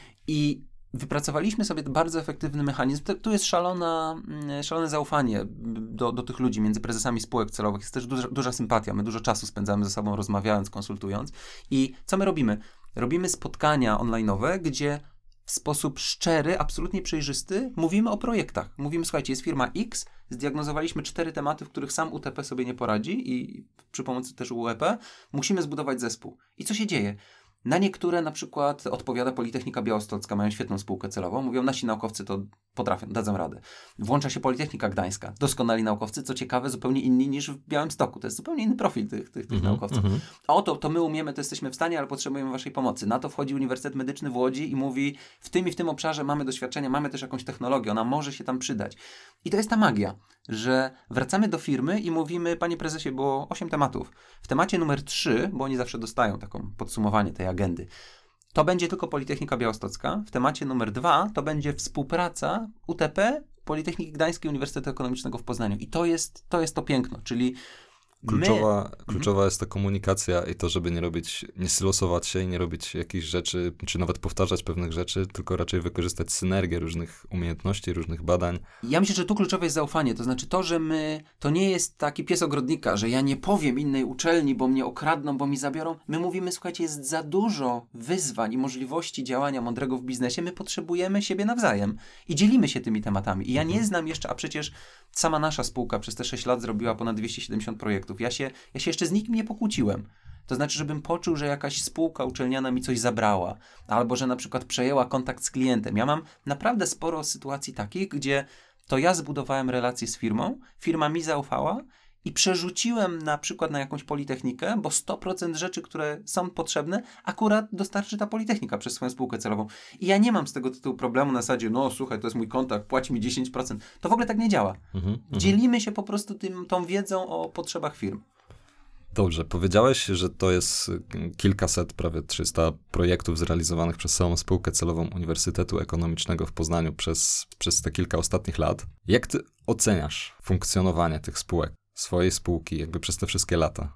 I wypracowaliśmy sobie bardzo efektywny mechanizm. Tu jest szalona, szalone zaufanie do, do tych ludzi między prezesami spółek celowych. Jest też duża, duża sympatia. My dużo czasu spędzamy ze sobą rozmawiając, konsultując. I co my robimy? Robimy spotkania online'owe, gdzie w sposób szczery, absolutnie przejrzysty mówimy o projektach. Mówimy, słuchajcie, jest firma X, zdiagnozowaliśmy cztery tematy, w których sam U T P sobie nie poradzi i przy pomocy też U E P musimy zbudować zespół. I co się dzieje? Na niektóre na przykład odpowiada Politechnika Białostocka, mają świetną spółkę celową, mówią, nasi naukowcy to potrafią, dadzą radę. Włącza się Politechnika Gdańska, doskonali naukowcy, co ciekawe, zupełnie inni niż w Białymstoku. To jest zupełnie inny profil tych, tych, tych mm-hmm, naukowców. Mm-hmm. O, to, to my umiemy, to jesteśmy w stanie, ale potrzebujemy waszej pomocy. Na to wchodzi Uniwersytet Medyczny w Łodzi i mówi, w tym i w tym obszarze mamy doświadczenie, mamy też jakąś technologię, ona może się tam przydać. I to jest ta magia, że wracamy do firmy i mówimy, panie prezesie, było osiem tematów. W temacie numer trzy, bo oni zawsze dostają taką podsumowanie tej agendy, to będzie tylko Politechnika Białostocka. W temacie numer dwa to będzie współpraca U T P, Politechniki Gdańskiej, Uniwersytetu Ekonomicznego w Poznaniu. I to jest to, jest to piękno, czyli Kluczowa, my... kluczowa mhm. jest ta komunikacja i to, żeby nie robić, nie silosować się i nie robić jakichś rzeczy, czy nawet powtarzać pewnych rzeczy, tylko raczej wykorzystać synergię różnych umiejętności, różnych badań. Ja myślę, że tu kluczowe jest zaufanie, to znaczy to, że my, to nie jest taki pies ogrodnika, że ja nie powiem innej uczelni, bo mnie okradną, bo mi zabiorą. My mówimy, słuchajcie, jest za dużo wyzwań i możliwości działania mądrego w biznesie, my potrzebujemy siebie nawzajem i dzielimy się tymi tematami. I ja nie znam jeszcze, a przecież sama nasza spółka przez te sześć lat zrobiła ponad dwieście siedemdziesiąt projektów. Ja się, ja się jeszcze z nikim nie pokłóciłem. To znaczy, żebym poczuł, że jakaś spółka uczelniana mi coś zabrała, albo że na przykład przejęła kontakt z klientem. Ja mam naprawdę sporo sytuacji takich, gdzie to ja zbudowałem relację z firmą, firma mi zaufała i przerzuciłem na przykład na jakąś politechnikę, bo sto procent rzeczy, które są potrzebne, akurat dostarczy ta politechnika przez swoją spółkę celową. I ja nie mam z tego tytułu problemu na zasadzie, no słuchaj, to jest mój kontakt, płać mi dziesięć procent. To w ogóle tak nie działa. Mhm, Dzielimy się po prostu tym, tą wiedzą o potrzebach firm. Dobrze, powiedziałeś, że to jest kilkaset, prawie trzysta projektów zrealizowanych przez samą spółkę celową Uniwersytetu Ekonomicznego w Poznaniu przez, przez te kilka ostatnich lat. Jak ty oceniasz funkcjonowanie tych spółek, swojej spółki, jakby przez te wszystkie lata?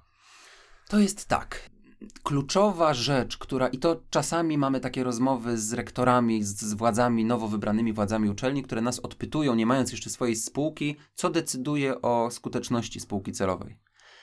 To jest tak. Kluczowa rzecz, która, i to czasami mamy takie rozmowy z rektorami, z, z władzami, nowo wybranymi władzami uczelni, które nas odpytują, nie mając jeszcze swojej spółki, co decyduje o skuteczności spółki celowej.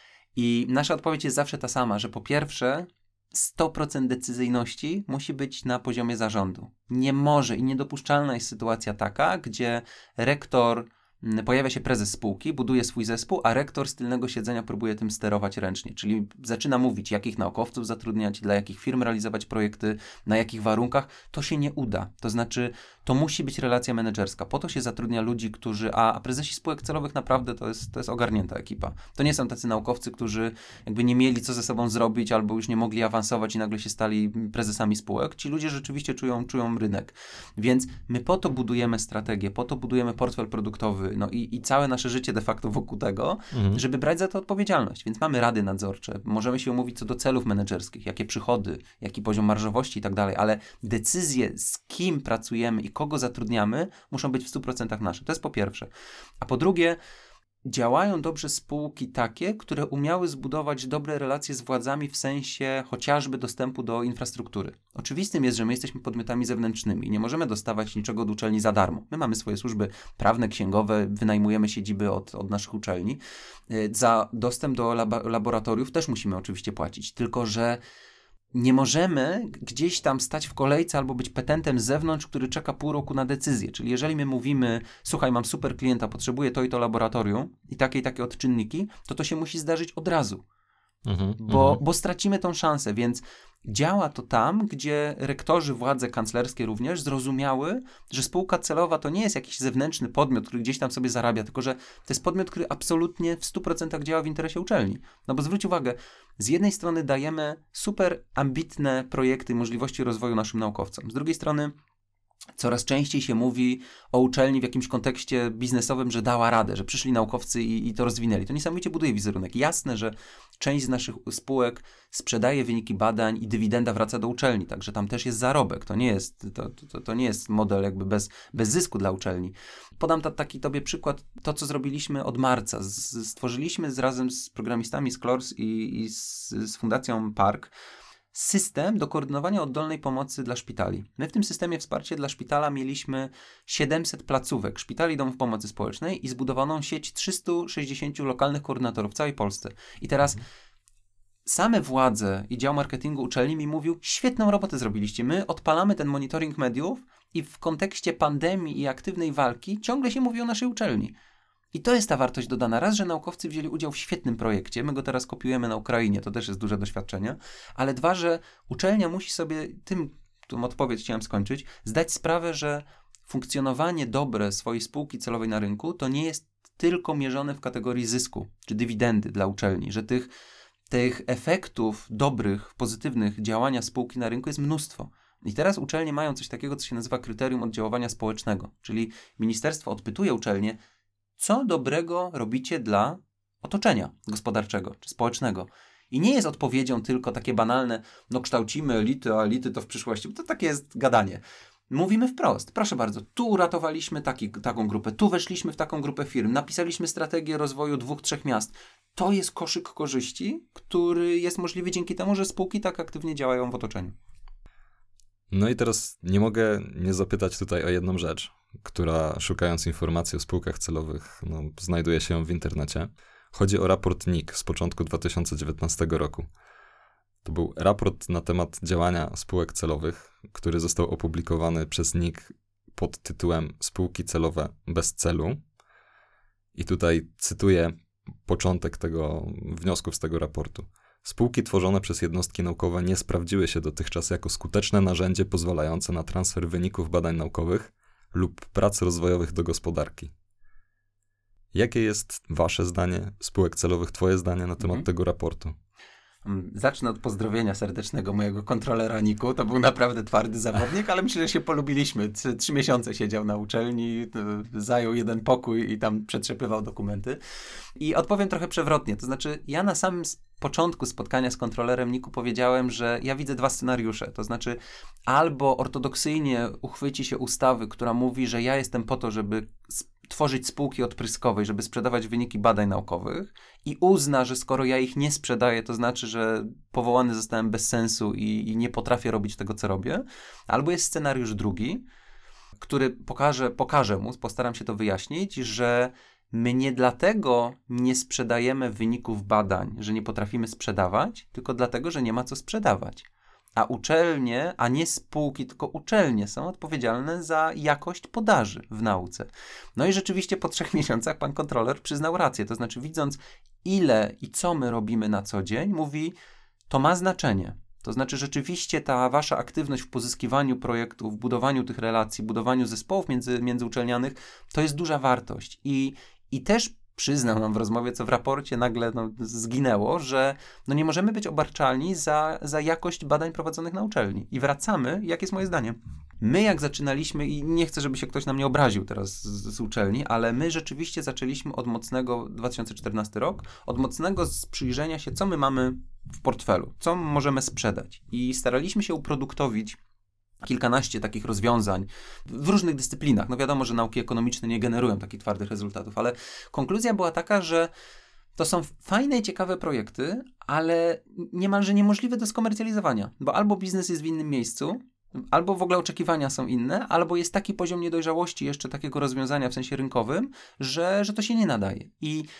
I nasza odpowiedź jest zawsze ta sama, że po pierwsze sto procent decyzyjności musi być na poziomie zarządu. Nie może i niedopuszczalna jest sytuacja taka, gdzie rektor, pojawia się prezes spółki, buduje swój zespół, a rektor z tylnego siedzenia próbuje tym sterować ręcznie. Czyli zaczyna mówić, jakich naukowców zatrudniać, dla jakich firm realizować projekty, na jakich warunkach. To się nie uda. To znaczy, to musi być relacja menedżerska. Po to się zatrudnia ludzi, którzy... A, a prezesi spółek celowych naprawdę to jest, to jest ogarnięta ekipa. To nie są tacy naukowcy, którzy jakby nie mieli co ze sobą zrobić albo już nie mogli awansować i nagle się stali prezesami spółek. Ci ludzie rzeczywiście czują, czują rynek. Więc my po to budujemy strategię, po to budujemy portfel produktowy, no i, i całe nasze życie de facto wokół tego, mhm. żeby brać za to odpowiedzialność. Więc mamy rady nadzorcze, możemy się umówić co do celów menedżerskich, jakie przychody, jaki poziom marżowości i tak dalej, ale decyzje z kim pracujemy i kogo zatrudniamy muszą być w stu procentach nasze. To jest po pierwsze. A po drugie, działają dobrze spółki takie, które umiały zbudować dobre relacje z władzami w sensie chociażby dostępu do infrastruktury. Oczywistym jest, że my jesteśmy podmiotami zewnętrznymi i nie możemy dostawać niczego od uczelni za darmo. My mamy swoje służby prawne, księgowe, wynajmujemy siedziby od, od naszych uczelni. Za dostęp do lab- laboratoriów też musimy oczywiście płacić, tylko że nie możemy gdzieś tam stać w kolejce albo być petentem z zewnątrz, który czeka pół roku na decyzję. Czyli jeżeli my mówimy, słuchaj, mam super klienta, potrzebuję to i to laboratorium i takie i takie odczynniki, to to się musi zdarzyć od razu. Mhm, bo, mhm. bo stracimy tą szansę, więc działa to tam, gdzie rektorzy, władze kanclerskie również zrozumiały, że spółka celowa to nie jest jakiś zewnętrzny podmiot, który gdzieś tam sobie zarabia, tylko że to jest podmiot, który absolutnie w stu procentach działa w interesie uczelni. No bo zwróć uwagę, z jednej strony dajemy super ambitne projekty, możliwości rozwoju naszym naukowcom, z drugiej strony coraz częściej się mówi o uczelni w jakimś kontekście biznesowym, że dała radę, że przyszli naukowcy i, i to rozwinęli. To niesamowicie buduje wizerunek. Jasne, że część z naszych spółek sprzedaje wyniki badań i dywidenda wraca do uczelni, także tam też jest zarobek. To nie jest, to, to, to nie jest model jakby bez, bez zysku dla uczelni. Podam ta, taki tobie przykład, to co zrobiliśmy od marca. Z, stworzyliśmy z, razem z programistami z Klors i, i z, z Fundacją Park system do koordynowania oddolnej pomocy dla szpitali. My w tym systemie wsparcia dla szpitala mieliśmy siedemset placówek, szpitali domów pomocy społecznej i zbudowaną sieć trzysta sześćdziesiąt lokalnych koordynatorów w całej Polsce. I teraz mhm. same władze i dział marketingu uczelni mi mówił, świetną robotę zrobiliście, my odpalamy ten monitoring mediów i w kontekście pandemii i aktywnej walki ciągle się mówi o naszej uczelni. I to jest ta wartość dodana. Raz, że naukowcy wzięli udział w świetnym projekcie, my go teraz kopiujemy na Ukrainie, to też jest duże doświadczenie, ale dwa, że uczelnia musi sobie, tym, tą odpowiedź chciałem skończyć, zdać sprawę, że funkcjonowanie dobre swojej spółki celowej na rynku to nie jest tylko mierzone w kategorii zysku, czy dywidendy dla uczelni, że tych, tych efektów dobrych, pozytywnych działania spółki na rynku jest mnóstwo. I teraz uczelnie mają coś takiego, co się nazywa kryterium oddziaływania społecznego, czyli ministerstwo odpytuje uczelnię, co dobrego robicie dla otoczenia gospodarczego czy społecznego. I nie jest odpowiedzią tylko takie banalne, no kształcimy elity, a elity to w przyszłości. To takie jest gadanie. Mówimy wprost, proszę bardzo, tu uratowaliśmy taki, taką grupę, tu weszliśmy w taką grupę firm, napisaliśmy strategię rozwoju dwóch, trzech miast. To jest koszyk korzyści, który jest możliwy dzięki temu, że spółki tak aktywnie działają w otoczeniu. No i teraz nie mogę nie zapytać tutaj o jedną rzecz, która szukając informacji o spółkach celowych, no, znajduje się w internecie. Chodzi o raport N I K z początku dwa tysiące dziewiętnastego roku. To był raport na temat działania spółek celowych, który został opublikowany przez N I K pod tytułem Spółki celowe bez celu. I tutaj cytuję początek tego wniosków z tego raportu. Spółki tworzone przez jednostki naukowe nie sprawdziły się dotychczas jako skuteczne narzędzie pozwalające na transfer wyników badań naukowych lub prac rozwojowych do gospodarki. Jakie jest wasze zdanie, spółek celowych, twoje zdanie na temat mhm. tego raportu? Zacznę od pozdrowienia serdecznego mojego kontrolera N I K-u. To był naprawdę twardy zawodnik, ale myślę, że się polubiliśmy. Trzy, trzy miesiące siedział na uczelni, zajął jeden pokój i tam przetrzepywał dokumenty. I odpowiem trochę przewrotnie. To znaczy, ja na samym początku spotkania z kontrolerem N I K-u powiedziałem, że ja widzę dwa scenariusze. To znaczy, albo ortodoksyjnie uchwyci się ustawy, która mówi, że ja jestem po to, żeby tworzyć spółki odpryskowej, żeby sprzedawać wyniki badań naukowych i uzna, że skoro ja ich nie sprzedaję, to znaczy, że powołany zostałem bez sensu i, i nie potrafię robić tego, co robię. Albo jest scenariusz drugi, który pokaże, pokażę mu, postaram się to wyjaśnić, że my nie dlatego nie sprzedajemy wyników badań, że nie potrafimy sprzedawać, tylko dlatego, że nie ma co sprzedawać. A uczelnie, a nie spółki, tylko uczelnie są odpowiedzialne za jakość podaży w nauce. No i rzeczywiście po trzech miesiącach pan kontroler przyznał rację. To znaczy, widząc ile i co my robimy na co dzień, mówi, to ma znaczenie. To znaczy, rzeczywiście ta wasza aktywność w pozyskiwaniu projektów, w budowaniu tych relacji, budowaniu zespołów między, międzyuczelnianych, to jest duża wartość. I, i też przyznał nam w rozmowie, co w raporcie nagle no, zginęło, że no, nie możemy być obarczalni za, za jakość badań prowadzonych na uczelni. I wracamy, jak jest moje zdanie. My jak zaczynaliśmy, i nie chcę, żeby się ktoś na mnie obraził teraz z, z uczelni, ale my rzeczywiście zaczęliśmy od mocnego, dwa tysiące czternasty rok, od mocnego przyjrzenia się, co my mamy w portfelu, co możemy sprzedać. I staraliśmy się uproduktowić kilkanaście takich rozwiązań w różnych dyscyplinach. No wiadomo, że nauki ekonomiczne nie generują takich twardych rezultatów, ale konkluzja była taka, że to są fajne i ciekawe projekty, ale niemalże niemożliwe do skomercjalizowania, bo albo biznes jest w innym miejscu, albo w ogóle oczekiwania są inne, albo jest taki poziom niedojrzałości jeszcze takiego rozwiązania w sensie rynkowym, że, że to się nie nadaje. I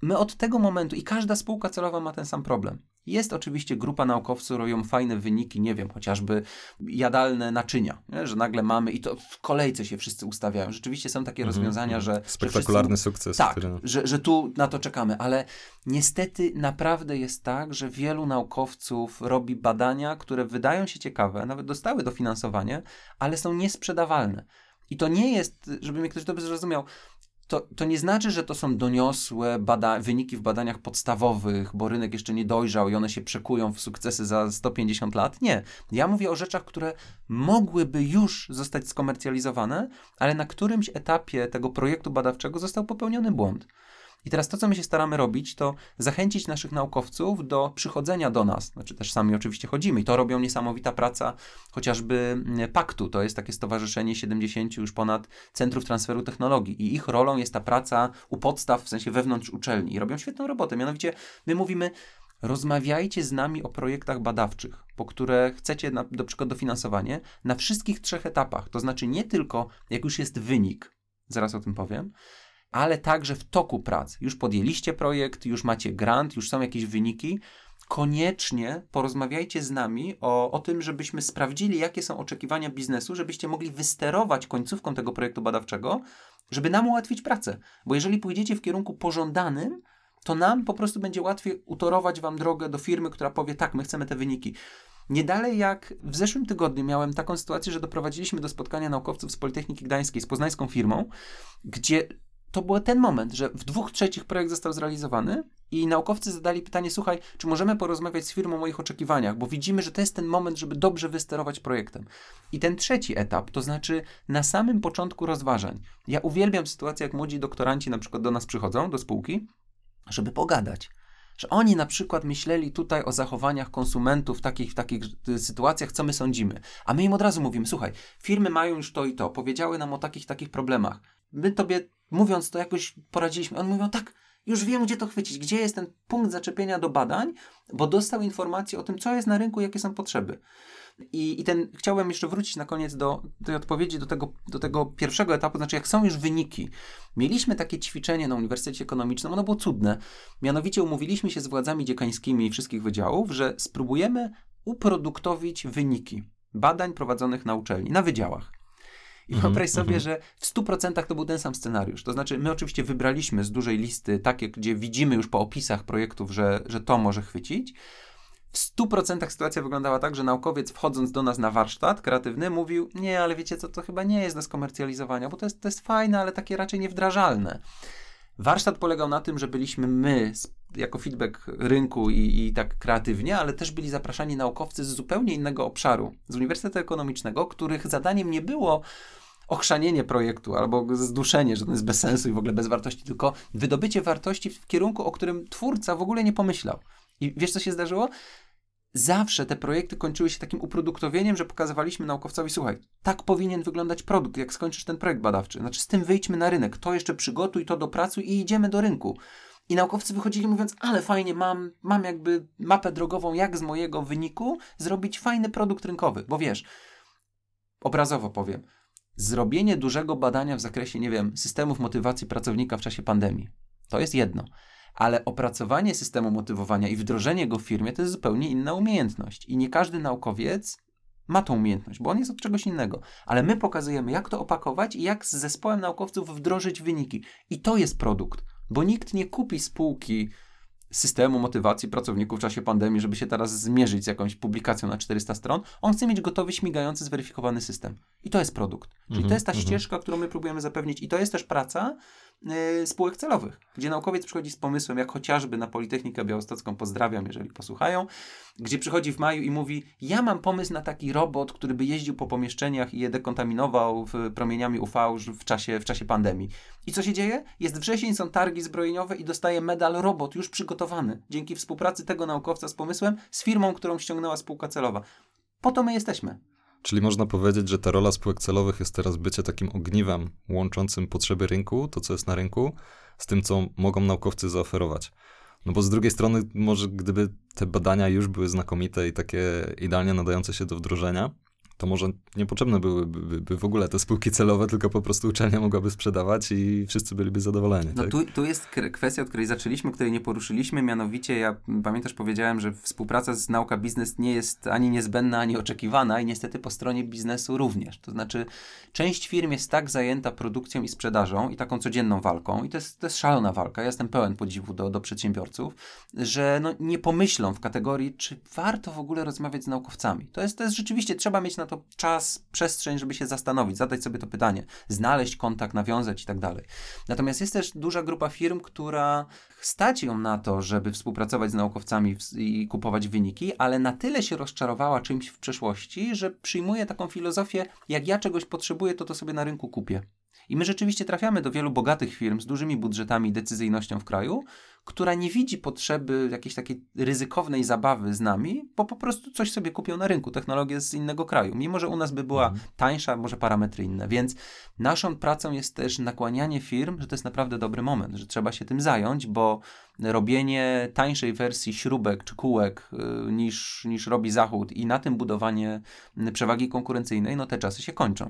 my od tego momentu, i każda spółka celowa ma ten sam problem. Jest oczywiście grupa naukowców, robią fajne wyniki, nie wiem, chociażby jadalne naczynia, nie? Że nagle mamy i to w kolejce się wszyscy ustawiają. Rzeczywiście są takie mm-hmm. rozwiązania, że... Spektakularny że wszyscy, sukces. Tak, który... że, że tu na to czekamy, ale niestety naprawdę jest tak, że wielu naukowców robi badania, które wydają się ciekawe, nawet dostały dofinansowanie, ale są niesprzedawalne. I to nie jest, żeby mnie ktoś dobrze zrozumiał, To, to nie znaczy, że to są doniosłe bada- wyniki w badaniach podstawowych, bo rynek jeszcze nie dojrzał i one się przekują w sukcesy za sto pięćdziesiąt lat. Nie. Ja mówię o rzeczach, które mogłyby już zostać skomercjalizowane, ale na którymś etapie tego projektu badawczego został popełniony błąd. I teraz to, co my się staramy robić, to zachęcić naszych naukowców do przychodzenia do nas. Znaczy też sami oczywiście chodzimy i to robią niesamowita praca chociażby Paktu. To jest takie stowarzyszenie siedemdziesięciu już ponad centrów transferu technologii i ich rolą jest ta praca u podstaw, w sensie wewnątrz uczelni. I robią świetną robotę. Mianowicie my mówimy, rozmawiajcie z nami o projektach badawczych, po które chcecie na, do przykład dofinansowanie na wszystkich trzech etapach. To znaczy nie tylko jak już jest wynik, zaraz o tym powiem, ale także w toku prac. Już podjęliście projekt, już macie grant, już są jakieś wyniki. Koniecznie porozmawiajcie z nami o, o tym, żebyśmy sprawdzili, jakie są oczekiwania biznesu, żebyście mogli wysterować końcówką tego projektu badawczego, żeby nam ułatwić pracę. Bo jeżeli pójdziecie w kierunku pożądanym, to nam po prostu będzie łatwiej utorować wam drogę do firmy, która powie, tak, my chcemy te wyniki. Nie dalej jak w zeszłym tygodniu miałem taką sytuację, że doprowadziliśmy do spotkania naukowców z Politechniki Gdańskiej, z poznańską firmą, gdzie to był ten moment, że w dwóch trzecich projekt został zrealizowany i naukowcy zadali pytanie, słuchaj, czy możemy porozmawiać z firmą o ich oczekiwaniach, bo widzimy, że to jest ten moment, żeby dobrze wysterować projektem. I ten trzeci etap, to znaczy na samym początku rozważań. Ja uwielbiam sytuację, jak młodzi doktoranci na przykład do nas przychodzą, do spółki, żeby pogadać. Że oni na przykład myśleli tutaj o zachowaniach konsumentów w takich, w takich sytuacjach, co my sądzimy. A my im od razu mówimy, słuchaj, firmy mają już to i to, powiedziały nam o takich, takich problemach. My tobie, mówiąc to, jakoś poradziliśmy. On mówią, tak, już wiem, gdzie to chwycić, gdzie jest ten punkt zaczepienia do badań, bo dostał informację o tym, co jest na rynku, jakie są potrzeby. I, i ten, chciałem jeszcze wrócić na koniec do tej odpowiedzi, do tego, do tego pierwszego etapu, znaczy jak są już wyniki. Mieliśmy takie ćwiczenie na Uniwersytecie Ekonomicznym, ono było cudne. Mianowicie umówiliśmy się z władzami dziekańskimi wszystkich wydziałów, że spróbujemy uproduktowić wyniki badań prowadzonych na uczelni, na wydziałach. I wyobraź mm, sobie, mm. że w stu procentach to był ten sam scenariusz. To znaczy, my oczywiście wybraliśmy z dużej listy takie, gdzie widzimy już po opisach projektów, że, że to może chwycić. W stu procentach sytuacja wyglądała tak, że naukowiec wchodząc do nas na warsztat kreatywny mówił, nie, ale wiecie co, to chyba nie jest do skomercjalizowania, bo to jest, to jest fajne, ale takie raczej niewdrażalne. Warsztat polegał na tym, że byliśmy my jako feedback rynku i, i tak kreatywnie, ale też byli zapraszani naukowcy z zupełnie innego obszaru, z Uniwersytetu Ekonomicznego, których zadaniem nie było ochrzanienie projektu albo zduszenie, że to jest bez sensu i w ogóle bez wartości, tylko wydobycie wartości w kierunku, o którym twórca w ogóle nie pomyślał. I wiesz, co się zdarzyło? Zawsze te projekty kończyły się takim uproduktowieniem, że pokazywaliśmy naukowcowi, słuchaj, tak powinien wyglądać produkt, jak skończysz ten projekt badawczy. Znaczy z tym wyjdźmy na rynek, to jeszcze przygotuj, to dopracuj i idziemy do rynku. I naukowcy wychodzili mówiąc, ale fajnie, mam, mam jakby mapę drogową, jak z mojego wyniku zrobić fajny produkt rynkowy. Bo wiesz, obrazowo powiem, zrobienie dużego badania w zakresie, nie wiem, systemów motywacji pracownika w czasie pandemii, to jest jedno. Ale opracowanie systemu motywowania i wdrożenie go w firmie to jest zupełnie inna umiejętność. I nie każdy naukowiec ma tą umiejętność, bo on jest od czegoś innego. Ale my pokazujemy, jak to opakować i jak z zespołem naukowców wdrożyć wyniki. I to jest produkt, bo nikt nie kupi spółki systemu motywacji pracowników w czasie pandemii, żeby się teraz zmierzyć z jakąś publikacją na czterysta stron. On chce mieć gotowy, śmigający, zweryfikowany system. I to jest produkt. Czyli mm-hmm, to jest ta mm-hmm. ścieżka, którą my próbujemy zapewnić. I to jest też praca yy, spółek celowych, gdzie naukowiec przychodzi z pomysłem, jak chociażby na Politechnikę Białostocką, pozdrawiam, jeżeli posłuchają, gdzie przychodzi w maju i mówi, ja mam pomysł na taki robot, który by jeździł po pomieszczeniach i je dekontaminował w promieniami U V w czasie, w czasie pandemii. I co się dzieje? Jest wrzesień, są targi zbrojeniowe i dostaje medal robot już przygotowany. Dzięki współpracy tego naukowca z pomysłem, z firmą, którą ściągnęła spółka celowa. Po to my jesteśmy. Czyli można powiedzieć, że ta rola spółek celowych jest teraz bycie takim ogniwem łączącym potrzeby rynku, to co jest na rynku, z tym, co mogą naukowcy zaoferować. No bo z drugiej strony, może gdyby te badania już były znakomite i takie idealnie nadające się do wdrożenia, to może niepotrzebne byłyby by w ogóle te spółki celowe, tylko po prostu uczelnia mogłaby sprzedawać i wszyscy byliby zadowoleni. No tak? tu, tu jest kwestia, od której zaczęliśmy, której nie poruszyliśmy, mianowicie ja pamiętasz powiedziałem, że współpraca z nauka biznes nie jest ani niezbędna, ani oczekiwana i niestety po stronie biznesu również. To znaczy część firm jest tak zajęta produkcją i sprzedażą i taką codzienną walką i to jest, to jest szalona walka, ja jestem pełen podziwu do, do przedsiębiorców, że no nie pomyślą w kategorii, czy warto w ogóle rozmawiać z naukowcami. To jest, to jest rzeczywiście, trzeba mieć na to czas, przestrzeń, żeby się zastanowić, zadać sobie to pytanie, znaleźć kontakt, nawiązać i tak dalej. Natomiast jest też duża grupa firm, która stać ją na to, żeby współpracować z naukowcami i kupować wyniki, ale na tyle się rozczarowała czymś w przeszłości, że przyjmuje taką filozofię, jak ja czegoś potrzebuję, to to sobie na rynku kupię. I my rzeczywiście trafiamy do wielu bogatych firm z dużymi budżetami i decyzyjnością w kraju, która nie widzi potrzeby jakiejś takiej ryzykownej zabawy z nami, bo po prostu coś sobie kupią na rynku, technologię z innego kraju. Mimo że u nas by była mhm. tańsza, może parametry inne. Więc naszą pracą jest też nakłanianie firm, że to jest naprawdę dobry moment, że trzeba się tym zająć, bo robienie tańszej wersji śrubek czy kółek yy, niż, niż robi Zachód i na tym budowanie przewagi konkurencyjnej, no te czasy się kończą.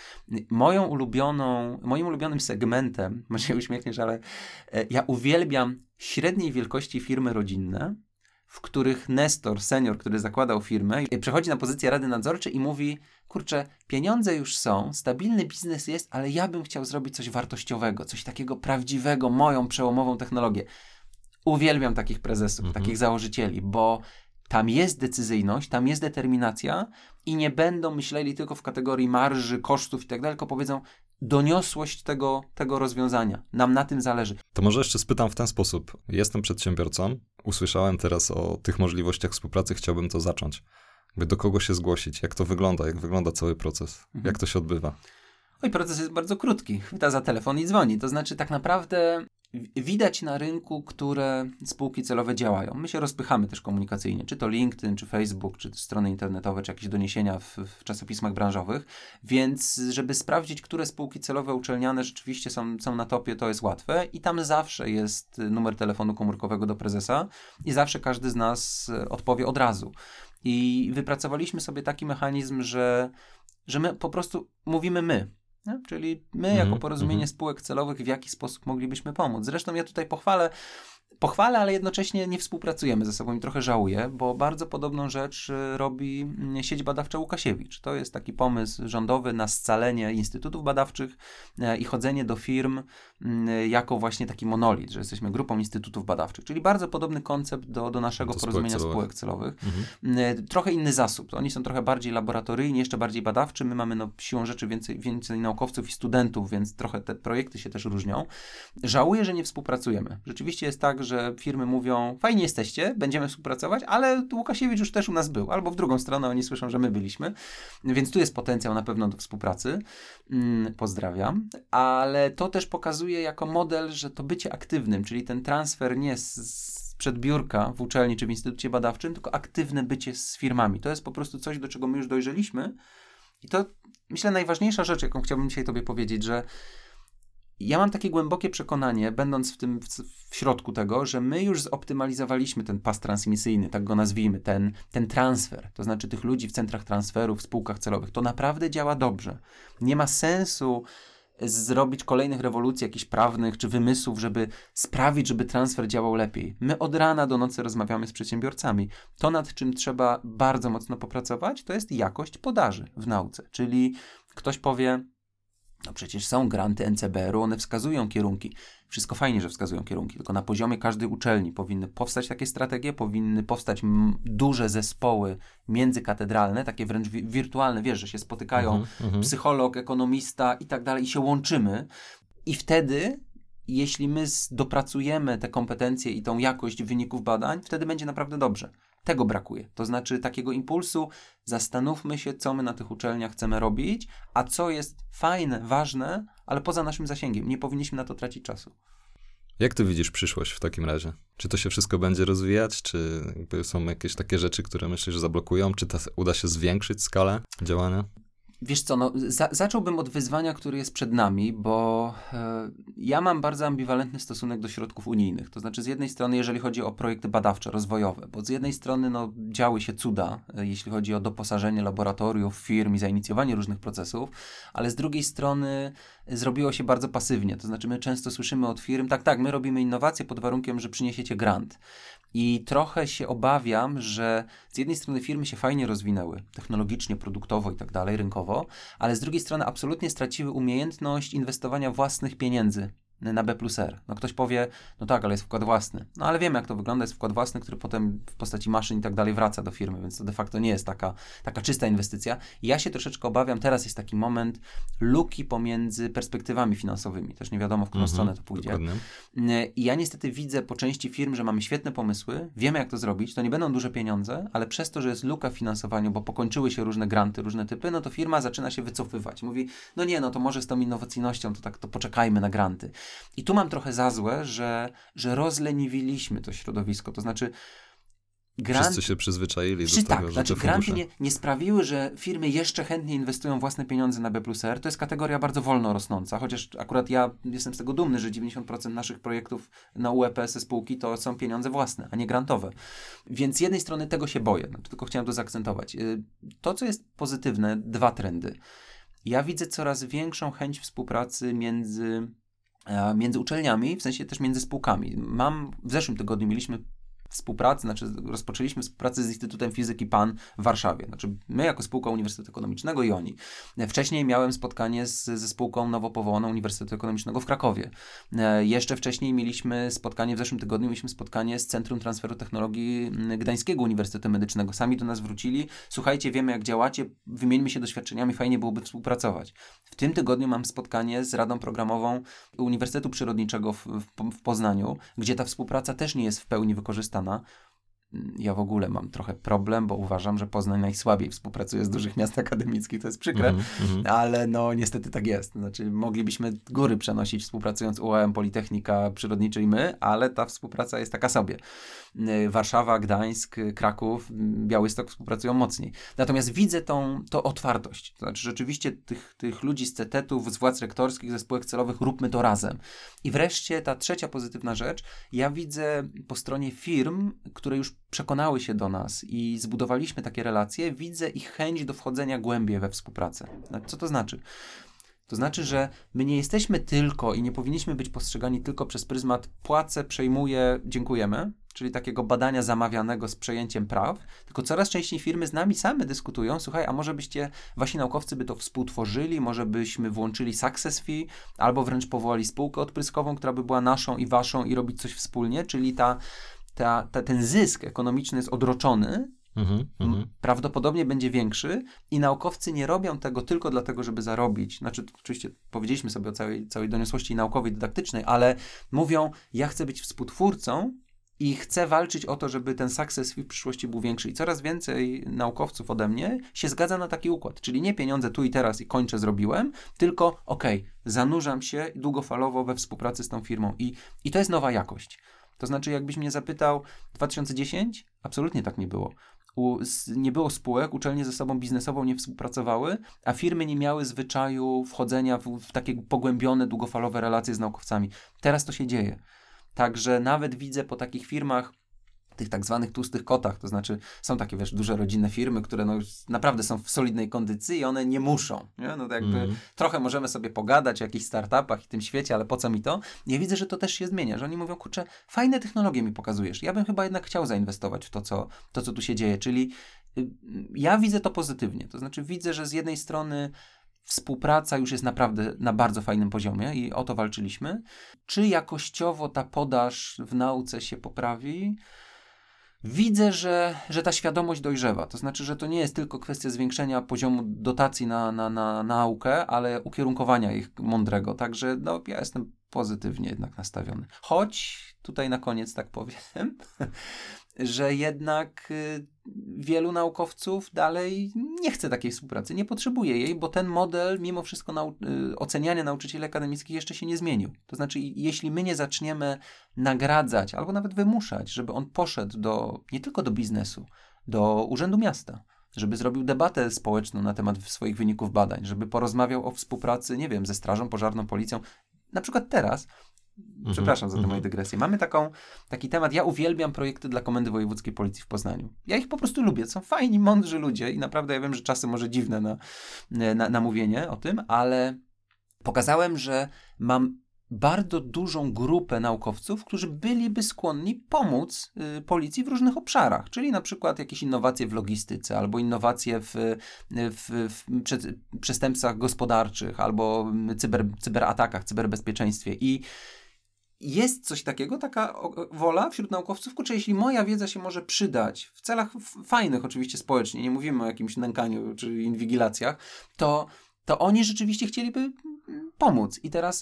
Moją ulubioną, moim ulubionym segmentem, może się uśmiechniesz, ale e, ja uwielbiam średniej wielkości firmy rodzinne, w których Nestor, senior, który zakładał firmę, przechodzi na pozycję rady nadzorczej i mówi, kurczę, pieniądze już są, stabilny biznes jest, ale ja bym chciał zrobić coś wartościowego, coś takiego prawdziwego, moją przełomową technologię. Uwielbiam takich prezesów, mhm. takich założycieli, bo tam jest decyzyjność, tam jest determinacja i nie będą myśleli tylko w kategorii marży, kosztów i tak dalej, tylko powiedzą doniosłość tego, tego rozwiązania. Nam na tym zależy. To może jeszcze spytam w ten sposób. Jestem przedsiębiorcą, usłyszałem teraz o tych możliwościach współpracy, chciałbym to zacząć. By do kogo się zgłosić? Jak to wygląda? Jak wygląda cały proces? Mhm. Jak to się odbywa? Oj, proces jest bardzo krótki. Chwyta za telefon i dzwoni. To znaczy tak naprawdę widać na rynku, które spółki celowe działają. My się rozpychamy też komunikacyjnie, czy to LinkedIn, czy Facebook, czy strony internetowe, czy jakieś doniesienia w, w czasopismach branżowych, więc żeby sprawdzić, które spółki celowe uczelniane rzeczywiście są, są na topie, to jest łatwe i tam zawsze jest numer telefonu komórkowego do prezesa i zawsze każdy z nas odpowie od razu. I wypracowaliśmy sobie taki mechanizm, że, że my po prostu mówimy my. Nie? Czyli my mm, jako porozumienie mm. spółek celowych, w jaki sposób moglibyśmy pomóc. Zresztą ja tutaj pochwalę, pochwalę, ale jednocześnie nie współpracujemy ze sobą i trochę żałuję, bo bardzo podobną rzecz robi sieć badawcza Łukasiewicz. To jest taki pomysł rządowy na scalenie instytutów badawczych i chodzenie do firm jako właśnie taki monolit, że jesteśmy grupą instytutów badawczych, czyli bardzo podobny koncept do, do naszego do porozumienia spółek, spółek celowych. Mhm. Trochę inny zasób. Oni są trochę bardziej laboratoryjni, jeszcze bardziej badawczy. My mamy no, siłą rzeczy więcej, więcej naukowców i studentów, więc trochę te projekty się też różnią. Żałuję, że nie współpracujemy. Rzeczywiście jest tak, że firmy mówią, fajnie jesteście, będziemy współpracować, ale Łukasiewicz już też u nas był, albo w drugą stronę oni słyszą, że my byliśmy, więc tu jest potencjał na pewno do współpracy. Mm, pozdrawiam. Ale to też pokazuje jako model, że to bycie aktywnym, czyli ten transfer nie z, z przed biurka w uczelni czy w instytucie badawczym, tylko aktywne bycie z firmami. To jest po prostu coś, do czego my już dojrzeliśmy i to myślę najważniejsza rzecz, jaką chciałbym dzisiaj tobie powiedzieć, że ja mam takie głębokie przekonanie, będąc w tym, w, w środku tego, że my już zoptymalizowaliśmy ten pas transmisyjny, tak go nazwijmy, ten, ten transfer, to znaczy tych ludzi w centrach transferu, w spółkach celowych. To naprawdę działa dobrze. Nie ma sensu zrobić kolejnych rewolucji jakichś prawnych czy wymysłów, żeby sprawić, żeby transfer działał lepiej. My od rana do nocy rozmawiamy z przedsiębiorcami. To, nad czym trzeba bardzo mocno popracować, to jest jakość podaży w nauce. Czyli ktoś powie, no przecież są granty N C B R u, one wskazują kierunki. Wszystko fajnie, że wskazują kierunki, tylko na poziomie każdej uczelni powinny powstać takie strategie, powinny powstać m- duże zespoły międzykatedralne, takie wręcz wi- wirtualne, wiesz, że się spotykają mm-hmm. psycholog, ekonomista i tak dalej i się łączymy i wtedy, jeśli my z- dopracujemy te kompetencje i tą jakość wyników badań, wtedy będzie naprawdę dobrze. Tego brakuje. To znaczy takiego impulsu, zastanówmy się, co my na tych uczelniach chcemy robić, a co jest fajne, ważne, ale poza naszym zasięgiem. Nie powinniśmy na to tracić czasu. Jak ty widzisz przyszłość w takim razie? Czy to się wszystko będzie rozwijać? Czy jakby są jakieś takie rzeczy, które myślisz, że zablokują? Czy ta, uda się zwiększyć skalę działania? Wiesz co, no, za, zacząłbym od wyzwania, które jest przed nami, bo e, ja mam bardzo ambiwalentny stosunek do środków unijnych. To znaczy z jednej strony, jeżeli chodzi o projekty badawcze, rozwojowe, bo z jednej strony no, działy się cuda, e, jeśli chodzi o doposażenie laboratoriów, firm i zainicjowanie różnych procesów, ale z drugiej strony e, zrobiło się bardzo pasywnie. To znaczy my często słyszymy od firm, tak, tak, my robimy innowacje pod warunkiem, że przyniesiecie grant. I trochę się obawiam, że z jednej strony firmy się fajnie rozwinęły, technologicznie, produktowo i tak dalej, rynkowo, ale z drugiej strony absolutnie straciły umiejętność inwestowania własnych pieniędzy na B plus R. No ktoś powie, no tak, ale jest wkład własny. No ale wiemy, jak to wygląda, jest wkład własny, który potem w postaci maszyn i tak dalej wraca do firmy, więc to de facto nie jest taka, taka czysta inwestycja. I ja się troszeczkę obawiam, teraz jest taki moment luki pomiędzy perspektywami finansowymi. Też nie wiadomo, w którą mm-hmm, stronę to pójdzie. Dokładnie. I ja niestety widzę po części firm, że mamy świetne pomysły, wiemy, jak to zrobić, to nie będą duże pieniądze, ale przez to, że jest luka w finansowaniu, bo pokończyły się różne granty, różne typy, no to firma zaczyna się wycofywać. Mówi, no nie, no to może z tą innowacyjnością, to tak, to poczekajmy na granty. I tu mam trochę za złe, że, że rozleniwiliśmy to środowisko. To znaczy grant... Wszyscy się przyzwyczaili Czy do tak, tego, że znaczy te granty fundusze... nie, nie sprawiły, że firmy jeszcze chętniej inwestują własne pieniądze na B plus R. To jest kategoria bardzo wolno rosnąca, chociaż akurat ja jestem z tego dumny, że dziewięćdziesiąt procent naszych projektów na U E P S spółki to są pieniądze własne, a nie grantowe. Więc z jednej strony tego się boję, no, tylko chciałem to zaakcentować. To, co jest pozytywne, dwa trendy. Ja widzę coraz większą chęć współpracy między między uczelniami, w sensie też między spółkami. Mam, w zeszłym tygodniu mieliśmy współpracę, znaczy rozpoczęliśmy współpracę z Instytutem Fizyki P A N w Warszawie. Znaczy my jako spółka Uniwersytetu Ekonomicznego i oni. Wcześniej miałem spotkanie z, ze spółką nowo powołaną Uniwersytetu Ekonomicznego w Krakowie. E, jeszcze wcześniej mieliśmy spotkanie, w zeszłym tygodniu mieliśmy spotkanie z Centrum Transferu Technologii Gdańskiego Uniwersytetu Medycznego. Sami do nas wrócili. Słuchajcie, wiemy jak działacie, wymieńmy się doświadczeniami, fajnie byłoby współpracować. W tym tygodniu mam spotkanie z Radą Programową Uniwersytetu Przyrodniczego w, w, w Poznaniu, gdzie ta współpraca też nie jest w pełni wykorzystana. Ja w ogóle mam trochę problem, bo uważam, że Poznań najsłabiej współpracuje z dużych miast akademickich, to jest przykre, mm-hmm. ale no niestety tak jest. Znaczy moglibyśmy góry przenosić współpracując U A M, Politechnika, Przyrodniczy i my, ale ta współpraca jest taka sobie. Warszawa, Gdańsk, Kraków, Białystok współpracują mocniej. Natomiast widzę tą, tą otwartość. To znaczy rzeczywiście tych, tych ludzi z C E T ów, z władz rektorskich, ze spółek celowych, róbmy to razem. I wreszcie ta trzecia pozytywna rzecz, ja widzę po stronie firm, które już przekonały się do nas i zbudowaliśmy takie relacje, widzę ich chęć do wchodzenia głębiej we współpracę. Co to znaczy? To znaczy, że my nie jesteśmy tylko i nie powinniśmy być postrzegani tylko przez pryzmat płacę, przejmuję, dziękujemy, czyli takiego badania zamawianego z przejęciem praw, tylko coraz częściej firmy z nami same dyskutują, słuchaj, a może byście, wasi naukowcy by to współtworzyli, może byśmy włączyli success fee, albo wręcz powołali spółkę odpryskową, która by była naszą i waszą i robić coś wspólnie, czyli ta, ta, ta, ten zysk ekonomiczny jest odroczony, Mm-hmm, mm-hmm. prawdopodobnie będzie większy i naukowcy nie robią tego tylko dlatego, żeby zarobić. Znaczy, oczywiście powiedzieliśmy sobie o całej, całej doniosłości naukowej, dydaktycznej, ale mówią, ja chcę być współtwórcą i chcę walczyć o to, żeby ten success w przyszłości był większy. I coraz więcej naukowców ode mnie się zgadza na taki układ. Czyli nie pieniądze tu i teraz i kończę, zrobiłem, tylko okej, okay, zanurzam się długofalowo we współpracy z tą firmą. I, i to jest nowa jakość. To znaczy, jakbyś mnie zapytał dwa tysiące dziesiąty, absolutnie tak nie było. U, z, nie było spółek, uczelnie ze sobą biznesowo nie współpracowały, a firmy nie miały zwyczaju wchodzenia w, w takie pogłębione, długofalowe relacje z naukowcami. Teraz to się dzieje. Także nawet widzę po takich firmach, tych tak zwanych tłustych kotach, to znaczy są takie, wiesz, duże rodzinne firmy, które no już naprawdę są w solidnej kondycji i one nie muszą. Nie? No to jakby mm. trochę możemy sobie pogadać o jakichś startupach i tym świecie, ale po co mi to? Ja widzę, że to też się zmienia, że oni mówią, kurczę, fajne technologie mi pokazujesz. Ja bym chyba jednak chciał zainwestować w to, co, to, co tu się dzieje. Czyli y, ja widzę to pozytywnie. To znaczy widzę, że z jednej strony współpraca już jest naprawdę na bardzo fajnym poziomie i o to walczyliśmy. Czy jakościowo ta podaż w nauce się poprawi? Widzę, że, że ta świadomość dojrzewa. To znaczy, że to nie jest tylko kwestia zwiększenia poziomu dotacji na, na, na, na naukę, ale ukierunkowania ich mądrego. Także no, ja jestem pozytywnie jednak nastawiony. Choć tutaj na koniec tak powiem, że jednak y, wielu naukowców dalej nie chce takiej współpracy, nie potrzebuje jej, bo ten model mimo wszystko nau- y, oceniania nauczycieli akademickich jeszcze się nie zmienił. To znaczy, jeśli my nie zaczniemy nagradzać albo nawet wymuszać, żeby on poszedł do, nie tylko do biznesu, do Urzędu Miasta, żeby zrobił debatę społeczną na temat swoich wyników badań, żeby porozmawiał o współpracy, nie wiem, ze Strażą Pożarną, Policją. Na przykład teraz, mm-hmm, przepraszam za tę mm-hmm. moją dygresję, mamy taką, taki temat, ja uwielbiam projekty dla Komendy Wojewódzkiej Policji w Poznaniu. Ja ich po prostu lubię, są fajni, mądrzy ludzie i naprawdę ja wiem, że czasem może dziwne na, na, na mówienie o tym, ale pokazałem, że mam bardzo dużą grupę naukowców, którzy byliby skłonni pomóc y, policji w różnych obszarach, czyli na przykład jakieś innowacje w logistyce, albo innowacje w, w, w prze, przestępstwach gospodarczych, albo cyber, cyberatakach, cyberbezpieczeństwie. I jest coś takiego, taka wola wśród naukowców, kurczę, jeśli moja wiedza się może przydać w celach fajnych oczywiście społecznie, nie mówimy o jakimś nękaniu czy inwigilacjach, to, to oni rzeczywiście chcieliby pomóc. I teraz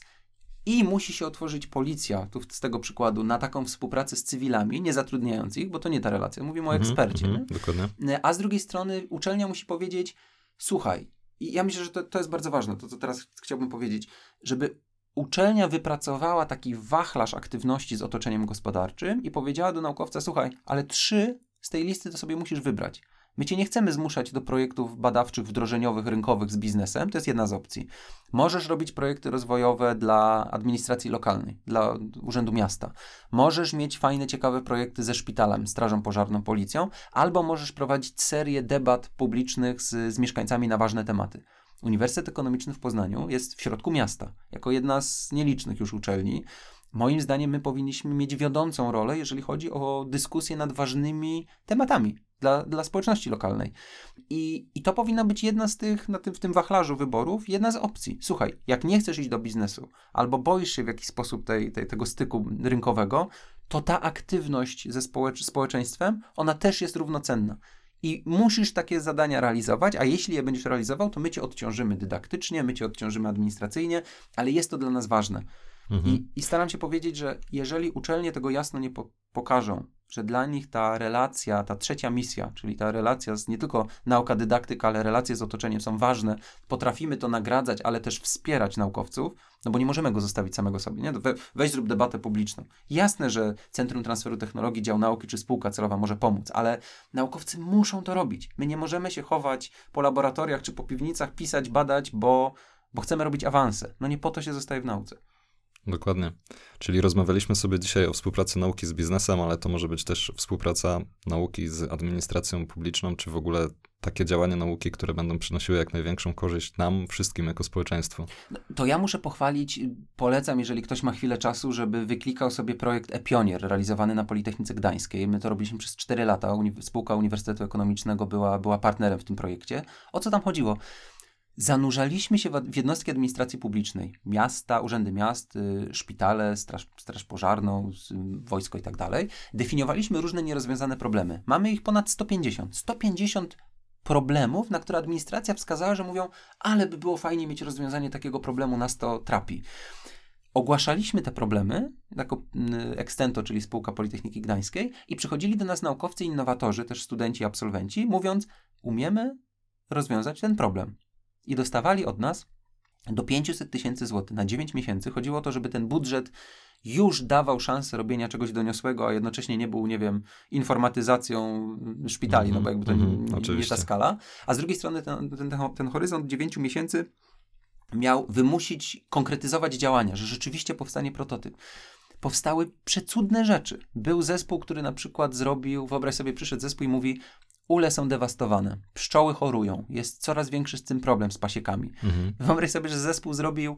I musi się otworzyć policja, tu z tego przykładu, na taką współpracę z cywilami, nie zatrudniając ich, bo to nie ta relacja, mówimy o ekspercie. Mm-hmm, dokładnie. A z drugiej strony uczelnia musi powiedzieć, słuchaj, i ja myślę, że to, to jest bardzo ważne, to co teraz chciałbym powiedzieć, żeby uczelnia wypracowała taki wachlarz aktywności z otoczeniem gospodarczym i powiedziała do naukowca, słuchaj, ale trzy z tej listy to sobie musisz wybrać. My cię nie chcemy zmuszać do projektów badawczych, wdrożeniowych, rynkowych z biznesem. To jest jedna z opcji. Możesz robić projekty rozwojowe dla administracji lokalnej, dla Urzędu Miasta. Możesz mieć fajne, ciekawe projekty ze szpitalem, Strażą Pożarną, Policją, albo możesz prowadzić serię debat publicznych z, z mieszkańcami na ważne tematy. Uniwersytet Ekonomiczny w Poznaniu jest w środku miasta, jako jedna z nielicznych już uczelni. Moim zdaniem my powinniśmy mieć wiodącą rolę, jeżeli chodzi o dyskusję nad ważnymi tematami dla, dla społeczności lokalnej. I, I to powinna być jedna z tych, na tym, w tym wachlarzu wyborów, jedna z opcji. Słuchaj, jak nie chcesz iść do biznesu, albo boisz się w jakiś sposób tej, tej, tego styku rynkowego, to ta aktywność ze społecz- społeczeństwem, ona też jest równocenna. I musisz takie zadania realizować, a jeśli je będziesz realizował, to my cię odciążymy dydaktycznie, my cię odciążymy administracyjnie, ale jest to dla nas ważne. Mhm. I, I staram się powiedzieć, że jeżeli uczelnie tego jasno nie po, pokażą, że dla nich ta relacja, ta trzecia misja, czyli ta relacja z nie tylko nauka, dydaktyka, ale relacje z otoczeniem są ważne, potrafimy to nagradzać, ale też wspierać naukowców, no bo nie możemy go zostawić samego sobie, nie? We, weź zrób debatę publiczną. Jasne, że Centrum Transferu Technologii, Dział Nauki czy spółka celowa może pomóc, ale naukowcy muszą to robić. My nie możemy się chować po laboratoriach czy po piwnicach, pisać, badać, bo, bo chcemy robić awanse. No nie po to się zostaje w nauce. Dokładnie. Czyli rozmawialiśmy sobie dzisiaj o współpracy nauki z biznesem, ale to może być też współpraca nauki z administracją publiczną, czy w ogóle takie działania nauki, które będą przynosiły jak największą korzyść nam, wszystkim jako społeczeństwu. To ja muszę pochwalić, polecam, jeżeli ktoś ma chwilę czasu, żeby wyklikał sobie projekt e-Pionier realizowany na Politechnice Gdańskiej. My to robiliśmy przez cztery lata. Uni- spółka Uniwersytetu Ekonomicznego była, była partnerem w tym projekcie. O co tam chodziło? Zanurzaliśmy się w jednostki administracji publicznej, miasta, urzędy miast, y, szpitale, straż, straż pożarną, y, wojsko i tak dalej. Definiowaliśmy różne nierozwiązane problemy. Mamy ich ponad sto pięćdziesiąt. sto pięćdziesiąt problemów, na które administracja wskazała, że mówią, ale by było fajnie mieć rozwiązanie takiego problemu, nas to trapi. Ogłaszaliśmy te problemy jako y, Extento, czyli spółka Politechniki Gdańskiej i przychodzili do nas naukowcy, innowatorzy, też studenci, absolwenci, mówiąc, umiemy rozwiązać ten problem. I dostawali od nas do pięćset tysięcy złotych na dziewięć miesięcy. Chodziło o to, żeby ten budżet już dawał szansę robienia czegoś doniosłego, a jednocześnie nie był, nie wiem, informatyzacją szpitali, mm-hmm, no bo jakby to mm-hmm, nie, nie ta skala. A z drugiej strony ten, ten, ten, ten horyzont dziewięciu miesięcy miał wymusić, konkretyzować działania, że rzeczywiście powstanie prototyp. Powstały przecudne rzeczy. Był zespół, który na przykład zrobił, wyobraź sobie, przyszedł zespół i mówi, ule są dewastowane, pszczoły chorują, jest coraz większy z tym problem z pasiekami. Mhm. Wyobraź sobie, że zespół zrobił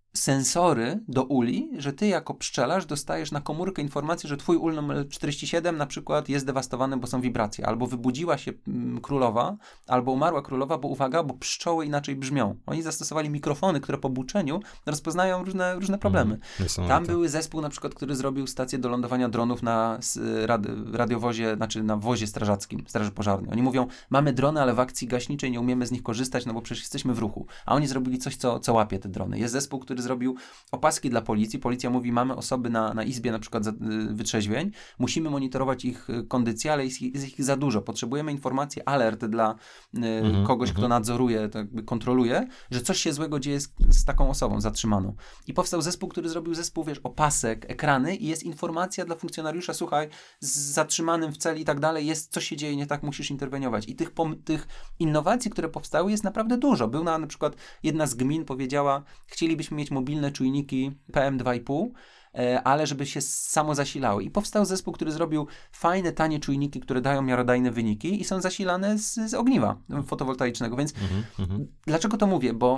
sensory do uli, że ty jako pszczelarz dostajesz na komórkę informację, że twój ul numer czterdzieści siedem na przykład jest dewastowany, bo są wibracje, albo wybudziła się mm, królowa, albo umarła królowa, bo uwaga, bo pszczoły inaczej brzmią. Oni zastosowali mikrofony, które po buczeniu rozpoznają różne, różne problemy. Mm, Tam były zespół na przykład, który zrobił stację do lądowania dronów na rad, radiowozie, znaczy na wozie strażackim, Straży Pożarnej. Oni mówią, mamy drony, ale w akcji gaśniczej nie umiemy z nich korzystać, no bo przecież jesteśmy w ruchu. A oni zrobili coś, co, co łapie te drony. Jest zespół, który który zrobił opaski dla policji. Policja mówi, mamy osoby na, na izbie na przykład za, wytrzeźwień, musimy monitorować ich kondycję, ale jest, jest ich za dużo. Potrzebujemy informacji, alert dla y, mm-hmm, kogoś, mm-hmm. kto nadzoruje, to jakby kontroluje, że coś się złego dzieje z, z taką osobą zatrzymaną. I powstał zespół, który zrobił zespół, wiesz, opasek, ekrany i jest informacja dla funkcjonariusza, słuchaj, z zatrzymanym w celi i tak dalej, jest, coś się dzieje nie tak, musisz interweniować. I tych, pom- tych innowacji, które powstały, jest naprawdę dużo. Był na, na przykład jedna z gmin powiedziała, chcielibyśmy mieć mobilne czujniki P M dwa i pół, ale żeby się samo zasilały. I powstał zespół, który zrobił fajne, tanie czujniki, które dają miarodajne wyniki i są zasilane z, z ogniwa fotowoltaicznego. Więc mm-hmm. dlaczego to mówię? Bo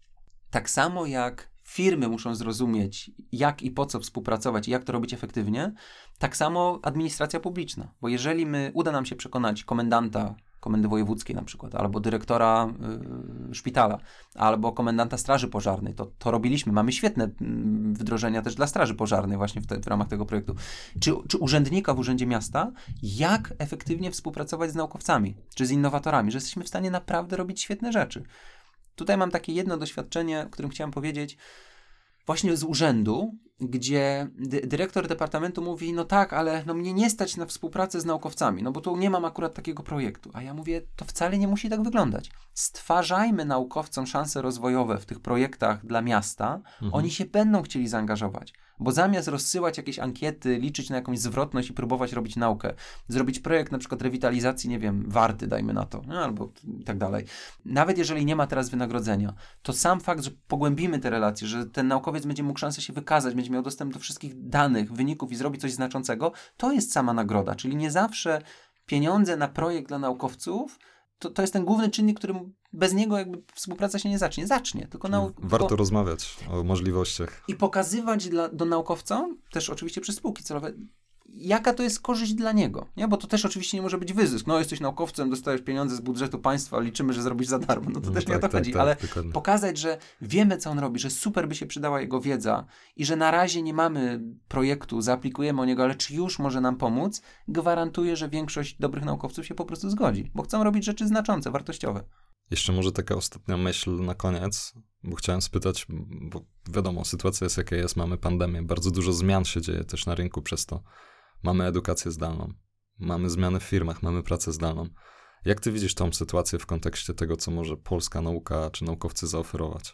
tak samo jak firmy muszą zrozumieć, jak i po co współpracować i jak to robić efektywnie, tak samo administracja publiczna. Bo jeżeli my uda nam się przekonać komendanta Komendy Wojewódzkiej na przykład, albo dyrektora y, szpitala, albo komendanta Straży Pożarnej, to, to robiliśmy. Mamy świetne y, wdrożenia też dla Straży Pożarnej właśnie w, te, w ramach tego projektu. Czy, czy urzędnika w Urzędzie Miasta, jak efektywnie współpracować z naukowcami, czy z innowatorami, że jesteśmy w stanie naprawdę robić świetne rzeczy. Tutaj mam takie jedno doświadczenie, o którym chciałem powiedzieć, właśnie z urzędu, gdzie dy- dyrektor departamentu mówi, no tak, ale no mnie nie stać na współpracę z naukowcami, no bo tu nie mam akurat takiego projektu. A ja mówię, to wcale nie musi tak wyglądać. Stwarzajmy naukowcom szanse rozwojowe w tych projektach dla miasta, mhm. oni się będą chcieli zaangażować. Bo zamiast rozsyłać jakieś ankiety, liczyć na jakąś zwrotność i próbować robić naukę, zrobić projekt na przykład rewitalizacji, nie wiem, Warty, dajmy na to, no, albo i tak dalej. Nawet jeżeli nie ma teraz wynagrodzenia, to sam fakt, że pogłębimy te relacje, że ten naukowiec będzie mógł szansę się wykazać, będzie miał dostęp do wszystkich danych, wyników i zrobić coś znaczącego, to jest sama nagroda. Czyli nie zawsze pieniądze na projekt dla naukowców To, to jest ten główny czynnik, który bez niego jakby współpraca się nie zacznie. Zacznie, tylko... Nau- Warto tylko... rozmawiać o możliwościach. I pokazywać dla, do naukowcom, też oczywiście przez spółki celowe, jaka to jest korzyść dla niego, nie? Bo to też oczywiście nie może być wyzysk. No, jesteś naukowcem, dostajesz pieniądze z budżetu państwa, liczymy, że zrobisz za darmo. No to no też tak, nie o to tak, chodzi, tak, ale dokładnie. Pokazać, że wiemy, co on robi, że super by się przydała jego wiedza i że na razie nie mamy projektu, zaaplikujemy o niego, ale czy już może nam pomóc, gwarantuje, że większość dobrych naukowców się po prostu zgodzi, bo chcą robić rzeczy znaczące, wartościowe. Jeszcze może taka ostatnia myśl na koniec, bo chciałem spytać, bo wiadomo, sytuacja jest jaka jest, mamy pandemię, bardzo dużo zmian się dzieje też na rynku przez to. Mamy edukację zdalną, mamy zmiany w firmach, mamy pracę zdalną. Jak ty widzisz tą sytuację w kontekście tego, co może polska nauka czy naukowcy zaoferować?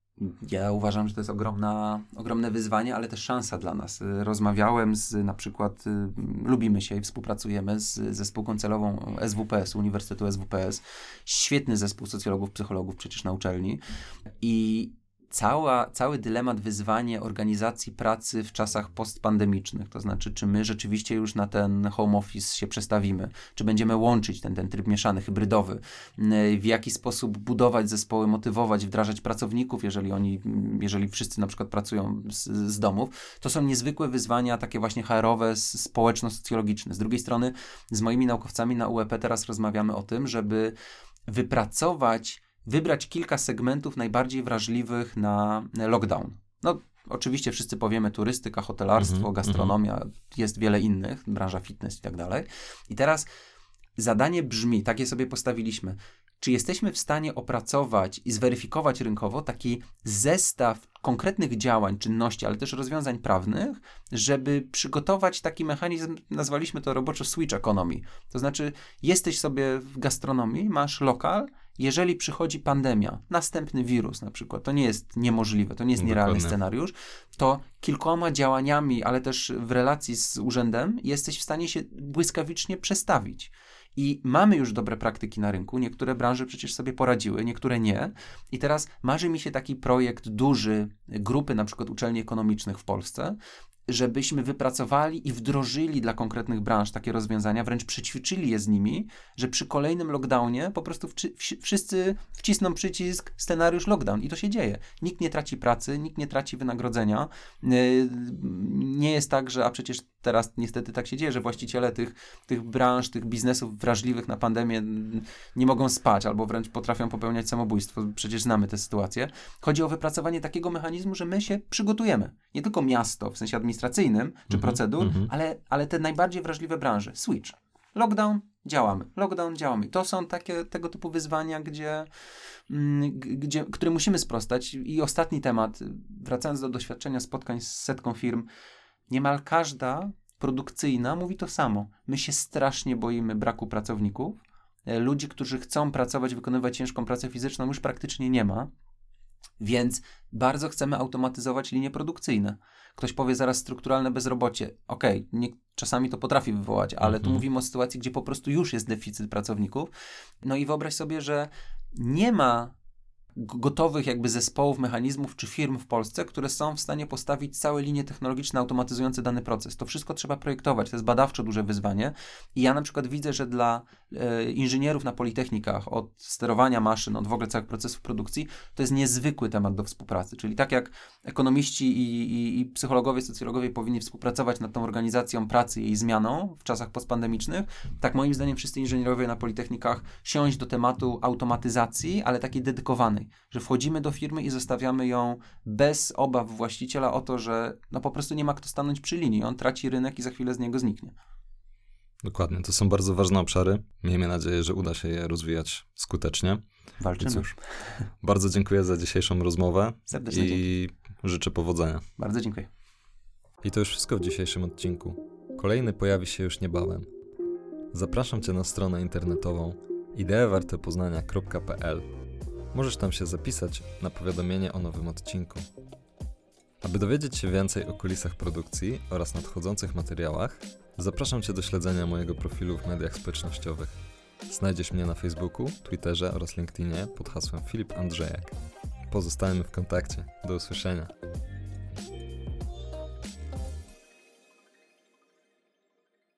Ja uważam, że to jest ogromna, ogromne wyzwanie, ale też szansa dla nas. Rozmawiałem z na przykład, y, lubimy się i współpracujemy z, ze spółką celową S W P S, Uniwersytetu S W P S. Świetny zespół socjologów, psychologów przecież na uczelni. I Cała, cały dylemat, wyzwanie organizacji pracy w czasach postpandemicznych, to znaczy, czy my rzeczywiście już na ten home office się przestawimy, czy będziemy łączyć ten, ten tryb mieszany, hybrydowy, w jaki sposób budować zespoły, motywować, wdrażać pracowników, jeżeli oni, jeżeli wszyscy na przykład pracują z, z domów, to są niezwykłe wyzwania, takie właśnie H R-owe, społeczno-socjologiczne. Z drugiej strony, z moimi naukowcami na U E P teraz rozmawiamy o tym, żeby wypracować wybrać kilka segmentów najbardziej wrażliwych na lockdown. No, oczywiście wszyscy powiemy turystyka, hotelarstwo, mm-hmm, gastronomia, mm-hmm. jest wiele innych, branża fitness i tak dalej. I teraz zadanie brzmi, takie sobie postawiliśmy, czy jesteśmy w stanie opracować i zweryfikować rynkowo taki zestaw konkretnych działań, czynności, ale też rozwiązań prawnych, żeby przygotować taki mechanizm, nazwaliśmy to roboczo switch economy. To znaczy, jesteś sobie w gastronomii, masz lokal, jeżeli przychodzi pandemia, następny wirus na przykład, to nie jest niemożliwe, to nie jest nierealny Dokładnie. Scenariusz, to kilkoma działaniami, ale też w relacji z urzędem jesteś w stanie się błyskawicznie przestawić. I mamy już dobre praktyki na rynku, niektóre branże przecież sobie poradziły, niektóre nie. I teraz marzy mi się taki projekt duży, grupy na przykład uczelni ekonomicznych w Polsce, żebyśmy wypracowali i wdrożyli dla konkretnych branż takie rozwiązania, wręcz przećwiczyli je z nimi, że przy kolejnym lockdownie po prostu wczy, w, wszyscy wcisną przycisk scenariusz lockdown i to się dzieje. Nikt nie traci pracy, nikt nie traci wynagrodzenia. Yy, nie jest tak, że, a przecież teraz niestety tak się dzieje, że właściciele tych, tych branż, tych biznesów wrażliwych na pandemię nie mogą spać albo wręcz potrafią popełniać samobójstwo. Przecież znamy tę sytuację. Chodzi o wypracowanie takiego mechanizmu, że my się przygotujemy. Nie tylko miasto, w sensie administracyjnym czy mm-hmm, procedur, mm-hmm. ale, ale te najbardziej wrażliwe branże. Switch. Lockdown, działamy. Lockdown, działamy. To są takie tego typu wyzwania, gdzie, gdzie, które musimy sprostać. I ostatni temat, wracając do doświadczenia spotkań z setką firm, niemal każda produkcyjna mówi to samo. My się strasznie boimy braku pracowników. Ludzi, którzy chcą pracować, wykonywać ciężką pracę fizyczną, już praktycznie nie ma. Więc bardzo chcemy automatyzować linie produkcyjne. Ktoś powie zaraz strukturalne bezrobocie. Okej, okay, czasami to potrafi wywołać, ale mhm. tu mówimy o sytuacji, gdzie po prostu już jest deficyt pracowników. No i wyobraź sobie, że nie ma gotowych jakby zespołów, mechanizmów czy firm w Polsce, które są w stanie postawić całe linie technologiczne automatyzujące dany proces. To wszystko trzeba projektować. To jest badawczo duże wyzwanie. I ja na przykład widzę, że dla e, inżynierów na politechnikach, od sterowania maszyn, od w ogóle całych procesów produkcji, to jest niezwykły temat do współpracy. Czyli tak jak ekonomiści i, i, i psychologowie, socjologowie powinni współpracować nad tą organizacją pracy i jej zmianą w czasach postpandemicznych, tak moim zdaniem wszyscy inżynierowie na politechnikach siąść do tematu automatyzacji, ale takiej dedykowanej. Że wchodzimy do firmy i zostawiamy ją bez obaw właściciela o to, że no po prostu nie ma kto stanąć przy linii. On traci rynek i za chwilę z niego zniknie. Dokładnie. To są bardzo ważne obszary. Miejmy nadzieję, że uda się je rozwijać skutecznie. Walczymy. Cóż, bardzo dziękuję za dzisiejszą rozmowę. Serdecznie i dzięki. Życzę powodzenia. Bardzo dziękuję. I to już wszystko w dzisiejszym odcinku. Kolejny pojawi się już niebawem. Zapraszam Cię na stronę internetową idee warte poznania kropka p l. Możesz tam się zapisać na powiadomienie o nowym odcinku. Aby dowiedzieć się więcej o kulisach produkcji oraz nadchodzących materiałach, zapraszam Cię do śledzenia mojego profilu w mediach społecznościowych. Znajdziesz mnie na Facebooku, Twitterze oraz LinkedInie pod hasłem Filip Andrzejak. Pozostajemy w kontakcie. Do usłyszenia.